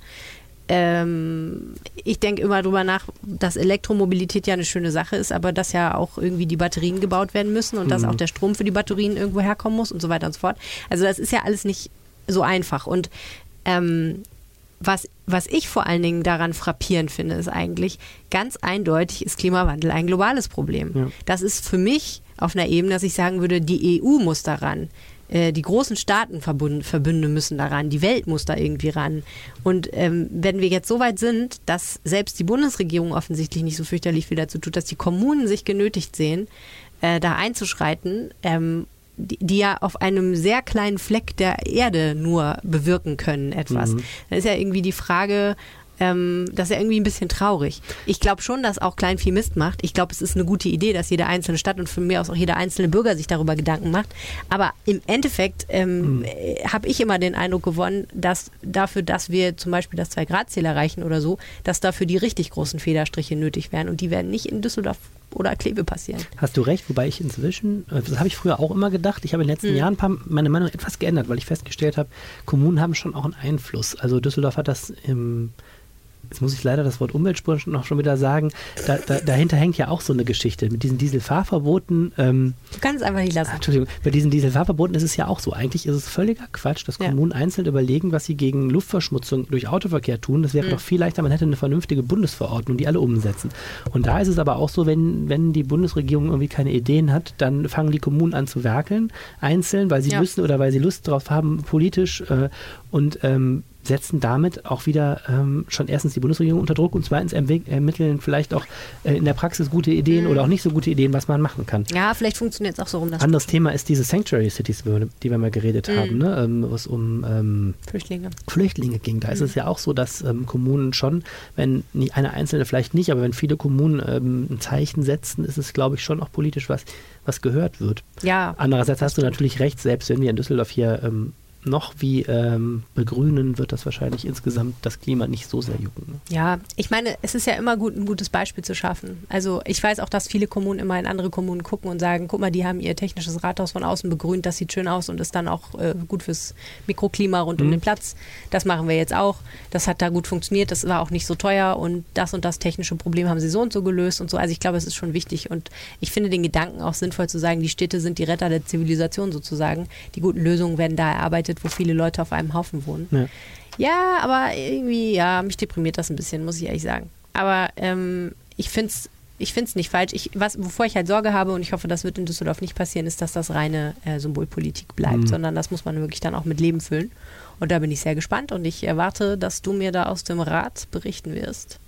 Ähm, ich denke immer drüber nach, dass Elektromobilität ja eine schöne Sache ist, aber dass ja auch irgendwie die Batterien gebaut werden müssen und mhm. dass auch der Strom für die Batterien irgendwo herkommen muss und so weiter und so fort. Also das ist ja alles nicht so einfach. Und ähm, was, was ich vor allen Dingen daran frappierend finde, ist eigentlich, ganz eindeutig ist Klimawandel ein globales Problem. Ja. Das ist für mich auf einer Ebene, dass ich sagen würde, die E U muss daran. Die großen Staatenverbünde müssen daran, die Welt muss da irgendwie ran. Und ähm, wenn wir jetzt so weit sind, dass selbst die Bundesregierung offensichtlich nicht so fürchterlich viel dazu tut, dass die Kommunen sich genötigt sehen, äh, da einzuschreiten, ähm, die, die ja auf einem sehr kleinen Fleck der Erde nur bewirken können etwas. Mhm. Dann ist ja irgendwie die Frage, Ähm, das ist ja irgendwie ein bisschen traurig. Ich glaube schon, dass auch Kleinvieh Mist macht. Ich glaube, es ist eine gute Idee, dass jede einzelne Stadt und von mir aus auch jeder einzelne Bürger sich darüber Gedanken macht. Aber im Endeffekt ähm, mhm. habe ich immer den Eindruck gewonnen, dass dafür, dass wir zum Beispiel das zwei-Grad-Ziel erreichen oder so, dass dafür die richtig großen Federstriche nötig wären. Und die werden nicht in Düsseldorf oder Kleve passieren.
Hast du recht, wobei ich inzwischen, das habe ich früher auch immer gedacht, ich habe in den letzten mhm. Jahren ein paar, meine Meinung etwas geändert, weil ich festgestellt habe, Kommunen haben schon auch einen Einfluss. Also Düsseldorf hat das im Jetzt muss ich leider das Wort Umweltspur noch schon wieder sagen, da, da, dahinter hängt ja auch so eine Geschichte mit diesen Dieselfahrverboten. Ähm,
du kannst es einfach nicht lassen.
Entschuldigung, bei diesen Dieselfahrverboten ist es ja auch so. Eigentlich ist es völliger Quatsch, dass ja. Kommunen einzeln überlegen, was sie gegen Luftverschmutzung durch Autoverkehr tun. Das wäre mhm. doch viel leichter, man hätte eine vernünftige Bundesverordnung, die alle umsetzen. Und da ist es aber auch so, wenn, wenn die Bundesregierung irgendwie keine Ideen hat, dann fangen die Kommunen an zu werkeln, einzeln, weil sie ja. müssen oder weil sie Lust drauf haben, politisch äh, und ähm, setzen damit auch wieder ähm, schon erstens die Bundesregierung unter Druck und zweitens ermitteln vielleicht auch äh, in der Praxis gute Ideen mhm. oder auch nicht so gute Ideen, was man machen kann.
Ja, vielleicht funktioniert es auch so rum. Das
Anderes Thema ist diese Sanctuary Cities, die wir mal geredet mhm. haben, ne? ähm, wo es um ähm,
Flüchtlinge.
Flüchtlinge ging. Da mhm. ist es ja auch so, dass ähm, Kommunen schon, wenn nie, eine einzelne vielleicht nicht, aber wenn viele Kommunen ähm, ein Zeichen setzen, ist es, glaube ich, schon auch politisch was, was gehört wird.
Ja.
Andererseits hast du natürlich recht, selbst wenn wir in Düsseldorf hier ähm, noch wie ähm, begrünen, wird das wahrscheinlich insgesamt das Klima nicht so sehr jucken. Ne?
Ja, ich meine, es ist ja immer gut, ein gutes Beispiel zu schaffen. Also ich weiß auch, dass viele Kommunen immer in andere Kommunen gucken und sagen, guck mal, die haben ihr technisches Rathaus von außen begrünt, das sieht schön aus und ist dann auch äh, gut fürs Mikroklima rund mhm. um den Platz. Das machen wir jetzt auch. Das hat da gut funktioniert, das war auch nicht so teuer und das und das technische Problem haben sie so und so gelöst und so. Also ich glaube, es ist schon wichtig und ich finde den Gedanken auch sinnvoll zu sagen, die Städte sind die Retter der Zivilisation sozusagen. Die guten Lösungen werden da erarbeitet, wo viele Leute auf einem Haufen wohnen. Ja, ja aber irgendwie, ja, mich deprimiert das ein bisschen, muss ich ehrlich sagen. Aber ähm, ich finde es ich find's nicht falsch. Ich, was, wovor ich halt Sorge habe, und ich hoffe, das wird in Düsseldorf nicht passieren, ist, dass das reine äh, Symbolpolitik bleibt, mhm. sondern das muss man wirklich dann auch mit Leben füllen. Und da bin ich sehr gespannt und ich erwarte, dass du mir da aus dem Rat berichten wirst,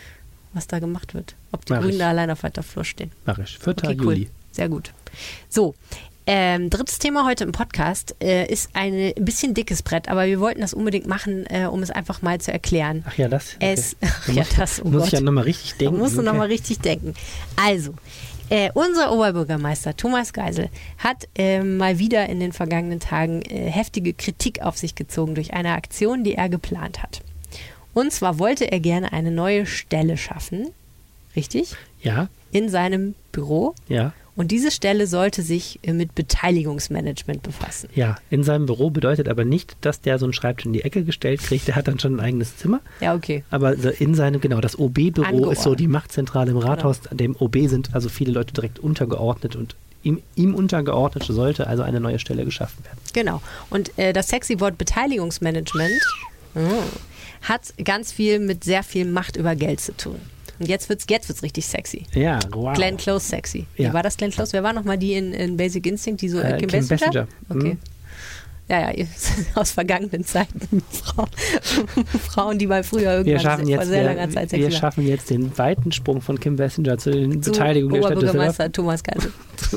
was da gemacht wird. Ob die Mach Grünen ich. da allein auf weiter Flur stehen.
Mach ich. vierter
Okay, cool.
Juli.
Sehr gut. So, Ähm, drittes Thema heute im Podcast äh, ist ein bisschen dickes Brett, aber wir wollten das unbedingt machen, äh, um es einfach mal zu erklären.
Ach ja, das? Okay.
Es, ach ja, das, oh
muss
Gott.
ich ja nochmal richtig denken.
Da musst du
okay.
nochmal richtig denken. Also, äh, unser Oberbürgermeister Thomas Geisel hat äh, mal wieder in den vergangenen Tagen äh, heftige Kritik auf sich gezogen durch eine Aktion, die er geplant hat. Und zwar wollte er gerne eine neue Stelle schaffen, richtig?
Ja.
In seinem Büro.
Ja.
Und diese Stelle sollte sich mit Beteiligungsmanagement befassen.
Ja, in seinem Büro bedeutet aber nicht, dass der so einen Schreibtisch in die Ecke gestellt kriegt. Der hat dann schon ein eigenes Zimmer.
Ja, okay.
Aber in seinem, genau, das O B-Büro ist so die Machtzentrale im Rathaus. Genau. Dem O B sind also viele Leute direkt untergeordnet und ihm, ihm untergeordnet sollte also eine neue Stelle geschaffen werden.
Genau. Und äh, das sexy Wort Beteiligungsmanagement mh, hat ganz viel mit sehr viel Macht über Geld zu tun. Und jetzt wird's, jetzt wird's richtig sexy.
Ja, wow.
Glenn Close sexy. Ja. Wie war das Glenn Close? Wer war nochmal die in, in Basic Instinct? Die so, äh, Kim,
Kim Basinger?
Okay.
Hm.
Ja, ja, ihr seid aus vergangenen Zeiten. Frauen, Frauen, die mal früher
wir
irgendwann
schaffen jetzt,
vor sehr
wir,
langer Zeit sexy
Wir
waren.
schaffen jetzt den weiten Sprung von Kim Basinger zu den
Zu
Beteiligungen der Stadt Düsseldorf.
Oberbürgermeister Thomas Geisel.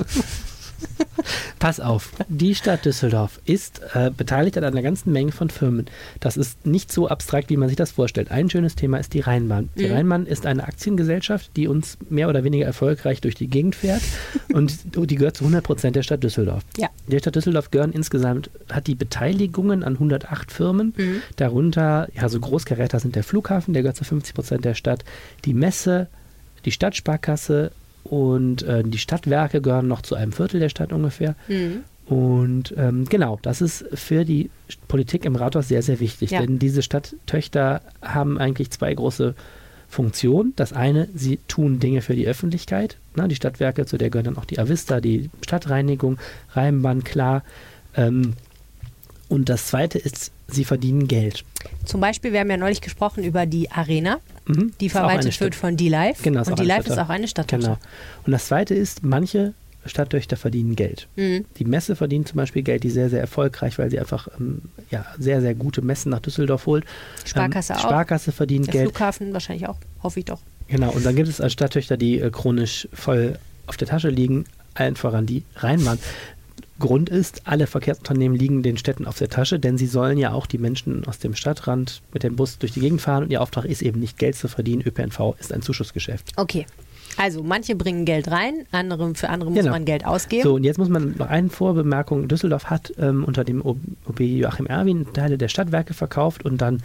Pass auf, die Stadt Düsseldorf ist äh, beteiligt an einer ganzen Menge von Firmen. Das ist nicht so abstrakt, wie man sich das vorstellt. Ein schönes Thema ist die Rheinbahn. Die mhm. Rheinbahn ist eine Aktiengesellschaft, die uns mehr oder weniger erfolgreich durch die Gegend fährt und die gehört zu hundert Prozent der Stadt Düsseldorf.
Ja.
Der Stadt Düsseldorf gehören insgesamt, hat die Beteiligungen an hundertacht Firmen, mhm. darunter, ja, so Großgeräte sind der Flughafen, der gehört zu fünfzig Prozent der Stadt, die Messe, die Stadtsparkasse, und äh, die Stadtwerke gehören noch zu einem Viertel der Stadt ungefähr. Mhm. Und ähm, genau, das ist für die Politik im Rathaus sehr, sehr wichtig. Ja. Denn diese Stadttöchter haben eigentlich zwei große Funktionen. Das eine, sie tun Dinge für die Öffentlichkeit. Na, die Stadtwerke, zu der gehören dann auch die Avista, die Stadtreinigung, Rheinbahn, klar. Ähm, und das zweite ist, sie verdienen Geld.
Zum Beispiel, wir haben ja neulich gesprochen über die Arena,
mhm.
die verwaltet wird von D-Live.
Genau,
und D-Live ist auch eine Stadttochter.
Genau. Und das zweite ist, manche Stadttöchter verdienen Geld. Mhm. Die Messe verdient zum Beispiel Geld, die sehr, sehr erfolgreich, weil sie einfach ähm, ja, sehr, sehr gute Messen nach Düsseldorf holt.
Sparkasse ähm, auch.
Sparkasse verdient
Der
Geld.
Flughafen wahrscheinlich auch, hoffe ich doch.
Genau, und dann gibt es Stadttöchter, die äh, chronisch voll auf der Tasche liegen, allen voran die Rheinbahn. Grund ist, alle Verkehrsunternehmen liegen den Städten auf der Tasche, denn sie sollen ja auch die Menschen aus dem Stadtrand mit dem Bus durch die Gegend fahren und ihr Auftrag ist eben nicht Geld zu verdienen. Ö P N V ist ein Zuschussgeschäft.
Okay, also manche bringen Geld rein, andere, für andere muss
genau.
man Geld ausgeben.
So, und jetzt muss man noch eine Vorbemerkung. Düsseldorf hat ähm, unter dem O B Joachim Erwin Teile der Stadtwerke verkauft und dann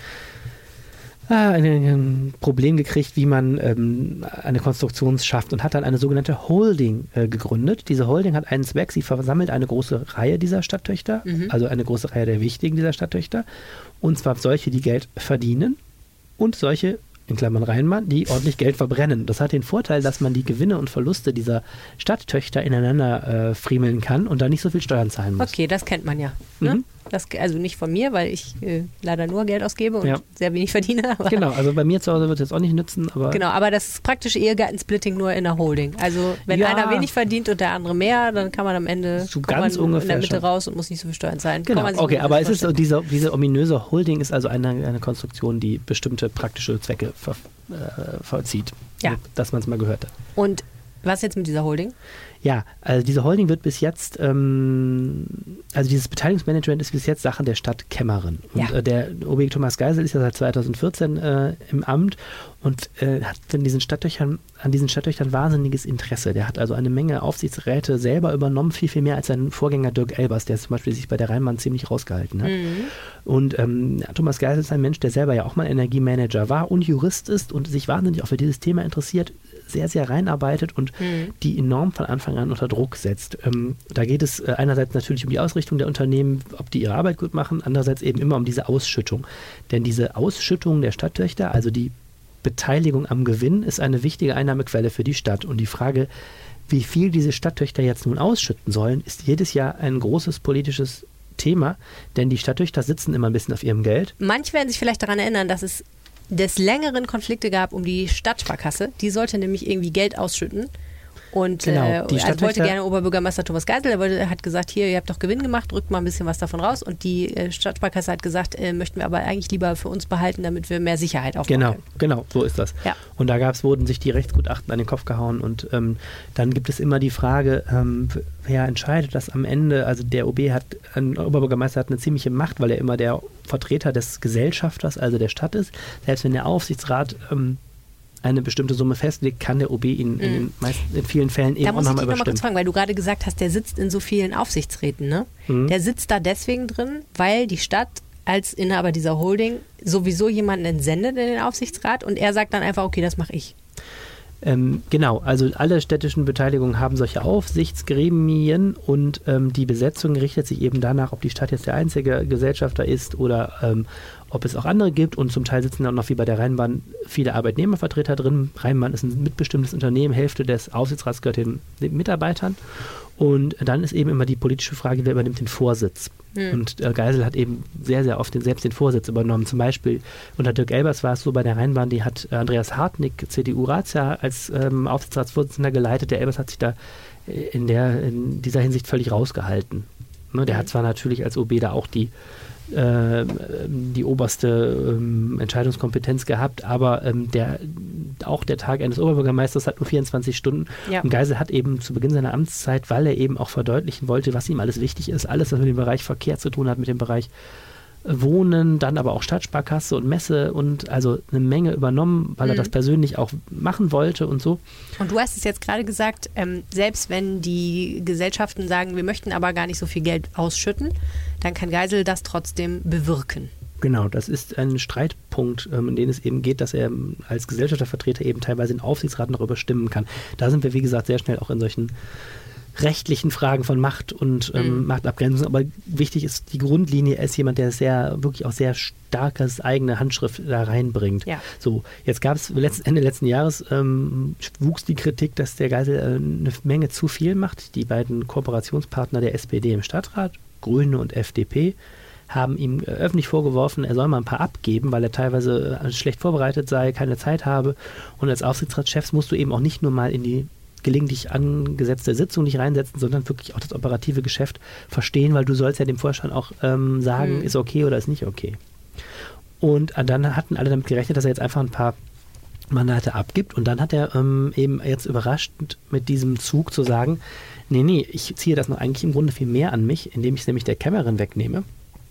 Ah, ein, ein Problem gekriegt, wie man ähm, eine Konstruktion schafft und hat dann eine sogenannte Holding äh, gegründet. Diese Holding hat einen Zweck, sie versammelt eine große Reihe dieser Stadttöchter, mhm. also eine große Reihe der wichtigen dieser Stadttöchter, und zwar solche, die Geld verdienen und solche, in Klammern Rheinbahn, die ordentlich Geld verbrennen. Das hat den Vorteil, dass man die Gewinne und Verluste dieser Stadttöchter ineinander äh, friemeln kann und da nicht so viel Steuern zahlen muss.
Okay, das kennt man ja. Ne? Mhm. Das, also nicht von mir, weil ich äh, leider nur Geld ausgebe und
ja.
sehr wenig verdiene. Aber
genau, also bei mir zu Hause wird es jetzt auch nicht nützen. Aber
genau, aber das ist praktisch Ehegattensplitting nur in der Holding. Also wenn
ja.
einer wenig verdient und der andere mehr, dann kann man am Ende
so ganz
man
ungefähr
in der Mitte
schon.
raus und muss nicht so viel Steuern zahlen.
Genau,
kann man
okay, aber es ist so,
vorstellen.
diese, diese ominöse Holding ist also eine, eine Konstruktion, die bestimmte praktische Zwecke ver, äh, vollzieht.
Ja.
Dass man es mal gehört hat.
Und was jetzt mit dieser Holding?
Ja, also diese Holding wird bis jetzt, ähm, also dieses Beteiligungsmanagement ist bis jetzt Sache der Stadt Kämmeren. Und
ja.
äh, der O B Thomas Geisel ist ja seit zweitausendvierzehn äh, im Amt und äh, hat an diesen Stadttöchtern, an diesen Stadttöchtern wahnsinniges Interesse. Der hat also eine Menge Aufsichtsräte selber übernommen, viel, viel mehr als sein Vorgänger Dirk Elbers, der zum Beispiel sich bei der Rheinbahn ziemlich rausgehalten hat. Mhm. Und ähm, Thomas Geisel ist ein Mensch, der selber ja auch mal Energiemanager war und Jurist ist und sich wahnsinnig auch für dieses Thema interessiert, sehr, sehr reinarbeitet und mhm. die enorm von Anfang an unter Druck setzt. Ähm, da geht es äh, einerseits natürlich um die Ausrichtung der Unternehmen, ob die ihre Arbeit gut machen, andererseits eben immer um diese Ausschüttung. Denn diese Ausschüttung der Stadttöchter, also die Beteiligung am Gewinn, ist eine wichtige Einnahmequelle für die Stadt. Und die Frage, wie viel diese Stadttöchter jetzt nun ausschütten sollen, ist jedes Jahr ein großes politisches Thema, denn die Stadttöchter sitzen immer ein bisschen auf ihrem Geld.
Manche werden sich vielleicht daran erinnern, dass es des längeren Konflikte gab um die Stadtsparkasse. Die sollte nämlich irgendwie Geld ausschütten. Und
genau,
äh,
die
also wollte gerne Oberbürgermeister Thomas Geisel, er wollte, hat gesagt, hier, ihr habt doch Gewinn gemacht, drückt mal ein bisschen was davon raus. Und die äh, Stadtsparkasse hat gesagt, äh, möchten wir aber eigentlich lieber für uns behalten, damit wir mehr Sicherheit aufbauen
genau,
können.
Genau, so ist das.
Ja.
Und da gab's, wurden sich die Rechtsgutachten an den Kopf gehauen und ähm, dann gibt es immer die Frage, ähm, wer entscheidet das am Ende? Also der O B hat, ein Oberbürgermeister hat eine ziemliche Macht, weil er immer der Vertreter des Gesellschafters, also der Stadt ist. Selbst wenn der Aufsichtsrat ähm, eine bestimmte Summe festlegt, kann der O B ihn in, den meisten, in vielen Fällen eben
da
auch
muss ich
nochmal
dich noch mal kurz
überstimmen.
fragen, weil du gerade gesagt hast, der sitzt in so vielen Aufsichtsräten, ne?
Mhm.
Der sitzt da deswegen drin, weil die Stadt als Inhaber dieser Holding sowieso jemanden entsendet in den Aufsichtsrat und er sagt dann einfach, okay, das mache ich.
Ähm, genau, also alle städtischen Beteiligungen haben solche Aufsichtsgremien und ähm, die Besetzung richtet sich eben danach, ob die Stadt jetzt der einzige Gesellschafter ist oder ähm, ob es auch andere gibt und zum Teil sitzen dann noch wie bei der Rheinbahn viele Arbeitnehmervertreter drin. Rheinbahn ist ein mitbestimmtes Unternehmen, Hälfte des Aufsichtsrats gehört den, den Mitarbeitern und dann ist eben immer die politische Frage, wer übernimmt den Vorsitz. Mhm. Und äh, Geisel hat eben sehr, sehr oft den, selbst den Vorsitz übernommen. Zum Beispiel unter Dirk Elbers war es so bei der Rheinbahn, die hat äh, Andreas Hartnig, C D U-Ratsherr, als ähm, Aufsichtsratsvorsitzender geleitet. Der Elbers hat sich da in, der, in dieser Hinsicht völlig rausgehalten. Ne, der mhm. hat zwar natürlich als O B da auch die äh, die oberste ähm, Entscheidungskompetenz gehabt, aber ähm, der, auch der Tag eines Oberbürgermeisters hat nur vierundzwanzig Stunden. Ja. Und Geisel hat eben zu Beginn seiner Amtszeit, weil er eben auch verdeutlichen wollte, was ihm alles wichtig ist, alles, was mit dem Bereich Verkehr zu tun hat, mit dem Bereich Wohnen, dann aber auch Stadtsparkasse und Messe und also eine Menge übernommen, weil mhm. er das persönlich auch machen wollte und so.
Und du hast es jetzt gerade gesagt, ähm, selbst wenn die Gesellschaften sagen, wir möchten aber gar nicht so viel Geld ausschütten, dann kann Geisel das trotzdem bewirken.
Genau, das ist ein Streitpunkt, ähm, in dem es eben geht, dass er als Gesellschaftervertreter eben teilweise den Aufsichtsrat noch überstimmen kann. Da sind wir, wie gesagt, sehr schnell auch in solchen rechtlichen Fragen von Macht und ähm, mhm. Machtabgrenzung, aber wichtig ist, die Grundlinie, er ist jemand, der sehr, wirklich auch sehr starkes eigene Handschrift da reinbringt. Ja. So, jetzt gab es Ende letzten Jahres ähm, wuchs die Kritik, dass der Geisel äh, eine Menge zu viel macht. Die beiden Kooperationspartner der S P D im Stadtrat, Grüne und F D P, haben ihm äh, öffentlich vorgeworfen, er soll mal ein paar abgeben, weil er teilweise äh, schlecht vorbereitet sei, keine Zeit habe. Und als Aufsichtsratschefs musst du eben auch nicht nur mal in die gelegentlich angesetzte Sitzung nicht reinsetzen, sondern wirklich auch das operative Geschäft verstehen, weil du sollst ja dem Vorstand auch ähm, sagen, mhm. ist okay oder ist nicht okay. Und dann hatten alle damit gerechnet, dass er jetzt einfach ein paar Mandate abgibt und dann hat er ähm, eben jetzt überrascht mit diesem Zug zu sagen, nee, nee, ich ziehe das noch eigentlich im Grunde viel mehr an mich, indem ich es nämlich der Kämmerin wegnehme.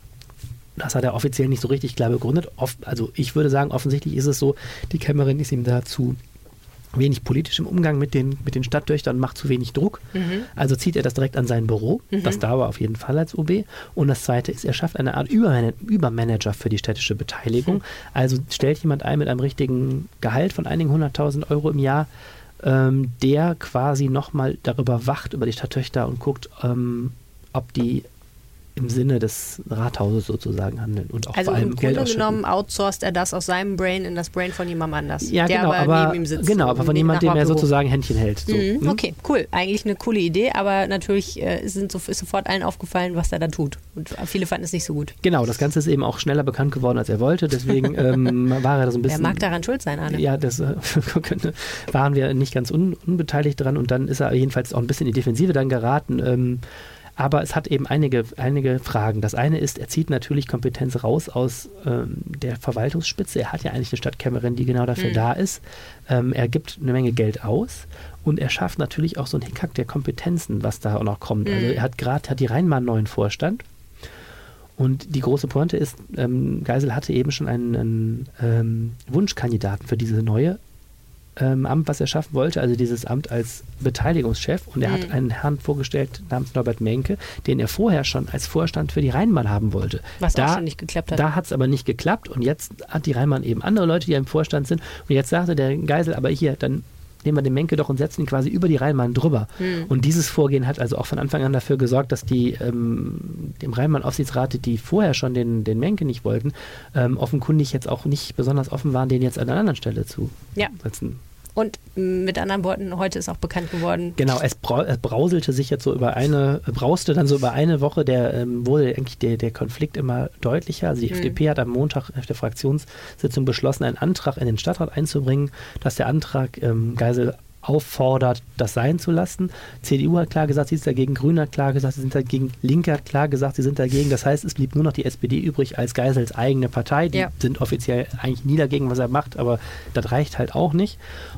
Das hat er offiziell nicht so richtig klar begründet. Oft, also ich würde sagen, offensichtlich ist es so, die Kämmerin ist ihm dazu wenig politisch im Umgang mit den, mit den Stadttöchtern, macht zu wenig Druck. Mhm. Also zieht er das direkt an sein Büro. Mhm. Das da war auf jeden Fall als O B. Und das Zweite ist, er schafft eine Art Überman- Übermanager für die städtische Beteiligung. Mhm. Also stellt jemand ein mit einem richtigen Gehalt von einigen hunderttausend Euro im Jahr, ähm, der quasi nochmal darüber wacht, über die Stadttöchter und guckt, ähm, ob die im Sinne des Rathauses sozusagen handeln und auch
also
vor allem
im
Geld
Grunde genommen outsourced er das aus seinem Brain in das Brain von jemandem anders.
Ja,
der
genau,
aber,
aber
neben ihm sitzt.
Genau, aber von jemandem, dem er sozusagen Händchen hält. So.
Mhm, okay, cool. Eigentlich eine coole Idee, aber natürlich äh, sind so, ist sofort allen aufgefallen, was er da tut. Und viele fanden es nicht so gut.
Genau, das Ganze ist eben auch schneller bekannt geworden, als er wollte. Deswegen ähm, war er da so ein bisschen...
Wer mag daran schuld sein, Arne?
Ja, das äh, waren wir nicht ganz un, unbeteiligt dran und dann ist er jedenfalls auch ein bisschen in die Defensive dann geraten. Ähm, Aber es hat eben einige, einige Fragen. Das eine ist, er zieht natürlich Kompetenz raus aus ähm, der Verwaltungsspitze. Er hat ja eigentlich eine Stadtkämmerin, die genau dafür mhm. da ist. Ähm, er gibt eine Menge Geld aus und er schafft natürlich auch so einen Hickhack der Kompetenzen, was da auch noch kommt. Mhm. Also er hat gerade hat die Rheinbahn einen neuen Vorstand. Und die große Pointe ist, ähm, Geisel hatte eben schon einen, einen ähm, Wunschkandidaten für diese neue Ähm, Amt, was er schaffen wollte, also dieses Amt als Beteiligungschef. Und er mhm. hat einen Herrn vorgestellt namens Norbert Menke, den er vorher schon als Vorstand für die Rheinbahn haben wollte.
Was
da,
auch schon nicht geklappt hat.
Da hat es aber nicht geklappt und jetzt hat die Rheinbahn eben andere Leute, die ja im Vorstand sind. Und jetzt sagte der Geisel, aber hier, dann nehmen wir den Menke doch und setzen ihn quasi über die Rheinbahn drüber. Mhm. Und dieses Vorgehen hat also auch von Anfang an dafür gesorgt, dass die ähm, dem Rheinbahn-Aufsichtsrat, die vorher schon den, den Menke nicht wollten, ähm, offenkundig jetzt auch nicht besonders offen waren, den jetzt an einer anderen Stelle zu
ja.
setzen.
Und mit anderen Worten, heute ist auch bekannt geworden.
Genau, es, bra- es brauselte sich jetzt so über eine, brauste dann so über eine Woche, der ähm, wurde eigentlich der, der Konflikt immer deutlicher. Also die mhm. F D P hat am Montag auf der Fraktionssitzung beschlossen, einen Antrag in den Stadtrat einzubringen, dass der Antrag ähm, Geisel auffordert, das sein zu lassen. C D U hat klar gesagt, sie ist dagegen, Grüne hat klar gesagt, sie sind dagegen, Linke hat klar gesagt, sie sind dagegen. Das heißt, es blieb nur noch die S P D übrig als Geisels eigene Partei. Die ja. sind offiziell eigentlich nie dagegen, was er macht, aber das reicht halt auch nicht.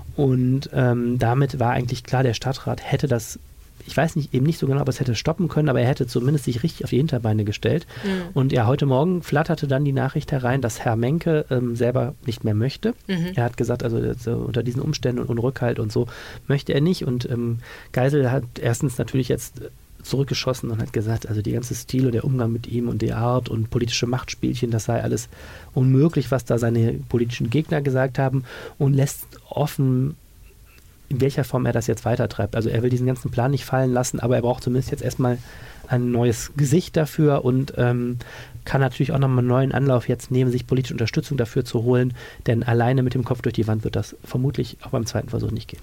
Und ähm, damit war eigentlich klar, der Stadtrat hätte das, ich weiß nicht, eben nicht so genau, ob es hätte stoppen können, aber er hätte zumindest sich richtig auf die Hinterbeine gestellt. Mhm. Und ja, heute Morgen flatterte dann die Nachricht herein, dass Herr Menke ähm, selber nicht mehr möchte. Mhm. Er hat gesagt, also äh, unter diesen Umständen und, und Rückhalt und so möchte er nicht. Und ähm, Geisel hat erstens natürlich jetzt zurückgeschossen und hat gesagt, also die ganze Stil und der Umgang mit ihm und die Art und politische Machtspielchen, das sei alles unmöglich, was da seine politischen Gegner gesagt haben und lässt offen, in welcher Form er das jetzt weitertreibt. Also er will diesen ganzen Plan nicht fallen lassen, aber er braucht zumindest jetzt erstmal ein neues Gesicht dafür und ähm, kann natürlich auch nochmal einen neuen Anlauf jetzt nehmen, sich politische Unterstützung dafür zu holen, denn alleine mit dem Kopf durch die Wand wird das vermutlich auch beim zweiten Versuch nicht gehen.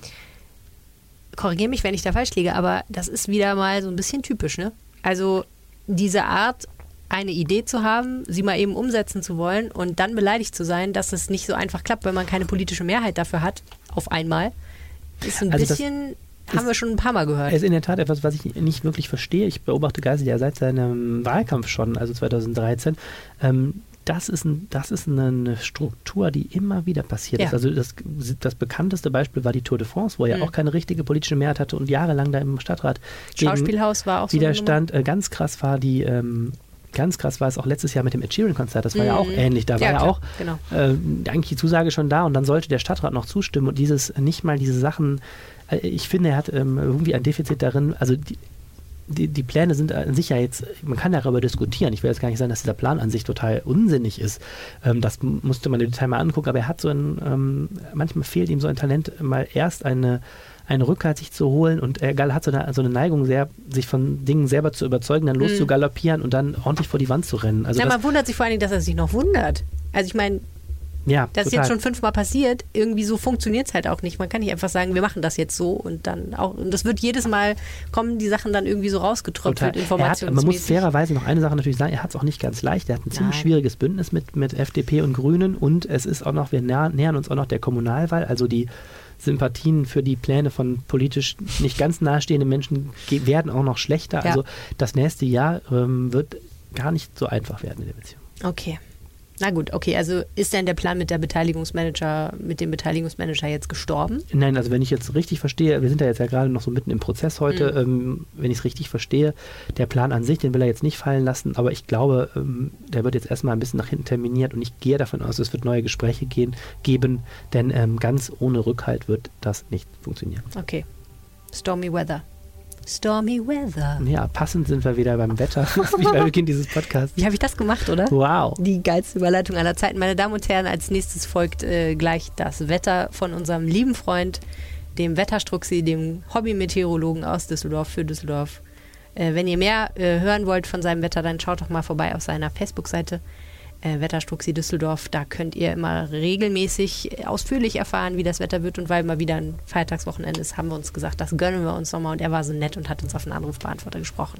Korrigiere mich, wenn ich da falsch liege, aber das ist wieder mal so ein bisschen typisch, ne? Also diese Art, eine Idee zu haben, sie mal eben umsetzen zu wollen und dann beleidigt zu sein, dass es nicht so einfach klappt, wenn man keine politische Mehrheit dafür hat, auf einmal, ist ein
also
bisschen... Haben wir schon ein paar Mal gehört.
Es ist in der Tat etwas, was ich nicht wirklich verstehe. Ich beobachte Geisel ja seit seinem Wahlkampf schon, also zweitausenddreizehn. Ähm, das ist, ein, das ist eine Struktur, die immer wieder passiert
ja.
ist. Also das, das bekannteste Beispiel war die Tour de France, wo er
mhm.
ja auch keine richtige politische Mehrheit hatte und jahrelang da im Stadtrat
Schauspielhaus war auch so
Widerstand. Äh, ganz krass war die... Ähm, Ganz krass war es auch letztes Jahr mit dem Ed Sheeran-Konzert, das war
mhm.
ja auch ähnlich. Da war ja,
ja
auch
genau.
äh, eigentlich die Zusage schon da und dann sollte der Stadtrat noch zustimmen und dieses, nicht mal diese Sachen, äh, ich finde, er hat ähm, irgendwie ein Defizit darin, also die, die, die Pläne sind an sich ja jetzt, man kann darüber diskutieren, ich will jetzt gar nicht sagen, dass dieser Plan an sich total unsinnig ist, ähm, das musste man im Detail mal angucken, aber er hat so ein, ähm, manchmal fehlt ihm so ein Talent, mal erst eine einen Rückhalt sich zu holen und er hat so eine, so eine Neigung, sehr, sich von Dingen selber zu überzeugen, dann loszugaloppieren und dann ordentlich vor die Wand zu rennen. Also
ja,
das,
man wundert sich vor allen Dingen, dass er sich noch wundert. Also ich meine,
ja,
das ist jetzt schon fünfmal passiert, irgendwie so funktioniert es halt auch nicht. Man kann nicht einfach sagen, wir machen das jetzt so und dann auch, und das wird jedes Mal, kommen die Sachen dann irgendwie so rausgetröpfelt, informationsmäßig.
Man muss fairerweise noch eine Sache natürlich sagen, er hat es auch nicht ganz leicht, er hat ein ziemlich
Nein.
schwieriges Bündnis mit, mit F D P und Grünen und es ist auch noch, wir nähern, nähern uns auch noch der Kommunalwahl, also die Sympathien für die Pläne von politisch nicht ganz nahestehenden Menschen ge- werden auch noch schlechter.
Ja.
Also das nächste Jahr ähm, wird gar nicht so einfach werden in der Beziehung.
Okay. Na gut, okay, also ist denn der Plan mit der Beteiligungsmanager, mit dem Beteiligungsmanager jetzt gestorben?
Nein, also wenn ich jetzt richtig verstehe, wir sind ja jetzt ja gerade noch so mitten im Prozess heute, mhm. ähm, wenn ich es richtig verstehe, der Plan an sich, den will er jetzt nicht fallen lassen, aber ich glaube, ähm, der wird jetzt erstmal ein bisschen nach hinten terminiert und ich gehe davon aus, es wird neue Gespräche gehen, geben, denn ähm, ganz ohne Rückhalt wird das nicht funktionieren.
Okay. Stormy Weather. Stormy Weather.
Ja, passend sind wir wieder beim Wetter, wie bei Beginn dieses Podcasts.
Wie habe ich das gemacht, oder?
Wow.
Die geilste Überleitung aller Zeiten. Meine Damen und Herren, als nächstes folgt äh, gleich das Wetter von unserem lieben Freund, dem Wetterstruxi, dem Hobby-Meteorologen aus Düsseldorf für Düsseldorf. Äh, wenn ihr mehr äh, hören wollt von seinem Wetter, dann schaut doch mal vorbei auf seiner Facebook-Seite. Äh, Wetterstruxi Düsseldorf, da könnt ihr immer regelmäßig äh, ausführlich erfahren, wie das Wetter wird und weil mal wieder ein Feiertagswochenende ist, haben wir uns gesagt, das gönnen wir uns nochmal und er war so nett und hat uns auf einen Anrufbeantworter gesprochen.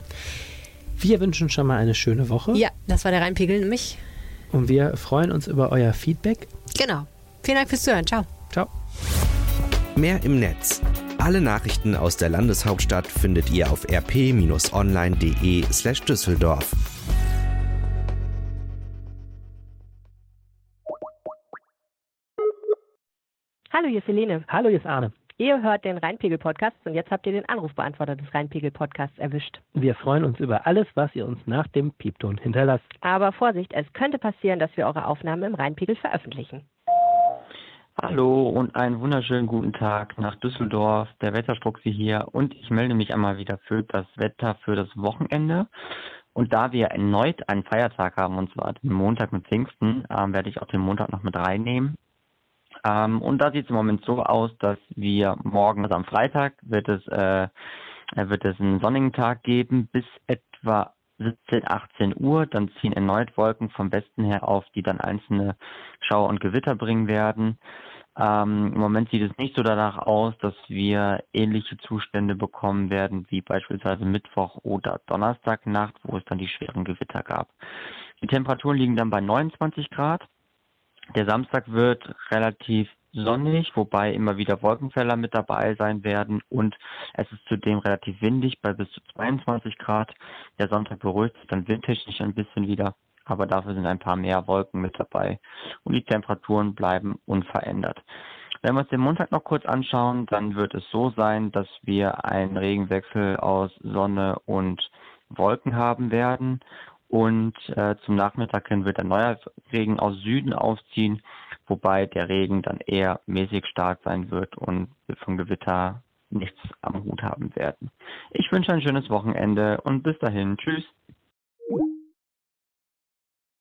Wir wünschen schon mal eine schöne Woche.
Ja, das war der Rheinpegel nämlich.
Und wir freuen uns über euer Feedback.
Genau. Vielen Dank fürs Zuhören. Ciao.
Ciao.
Mehr im Netz. Alle Nachrichten aus der Landeshauptstadt findet ihr auf r p online punkt d e slash Düsseldorf.
Hallo, hier ist Helene.
Hallo, hier ist Arne.
Ihr hört den Rheinpegel-Podcast und jetzt habt ihr den Anrufbeantworter des Rheinpegel-Podcasts erwischt.
Wir freuen uns über alles, was ihr uns nach dem Piepton hinterlasst.
Aber Vorsicht, es könnte passieren, dass wir eure Aufnahmen im Rheinpegel veröffentlichen.
Hallo und einen wunderschönen guten Tag nach Düsseldorf, der Wetterstruxi hier und ich melde mich einmal wieder für das Wetter für das Wochenende. Und da wir erneut einen Feiertag haben, und zwar den Montag mit Pfingsten, ähm, werde ich auch den Montag noch mit reinnehmen. Ähm, und da sieht es im Moment so aus, dass wir morgen, also am Freitag, wird es, äh, wird es einen sonnigen Tag geben bis etwa siebzehn, achtzehn Uhr. Dann ziehen erneut Wolken vom Westen her auf, die dann einzelne Schauer und Gewitter bringen werden. Ähm, im Moment sieht es nicht so danach aus, dass wir ähnliche Zustände bekommen werden wie beispielsweise Mittwoch oder Donnerstagnacht, wo es dann die schweren Gewitter gab. Die Temperaturen liegen dann bei neunundzwanzig Grad. Der Samstag wird relativ sonnig, wobei immer wieder Wolkenfelder mit dabei sein werden und es ist zudem relativ windig bei bis zu zweiundzwanzig Grad. Der Sonntag beruhigt sich dann windtechnisch ein bisschen wieder, aber dafür sind ein paar mehr Wolken mit dabei und die Temperaturen bleiben unverändert. Wenn wir uns den Montag noch kurz anschauen, dann wird es so sein, dass wir einen Regenwechsel aus Sonne und Wolken haben werden. Und äh, zum Nachmittag hin wird ein neuer Regen aus Süden aufziehen, wobei der Regen dann eher mäßig stark sein wird und wir vom Gewitter nichts am Hut haben werden. Ich wünsche ein schönes Wochenende und bis dahin. Tschüss.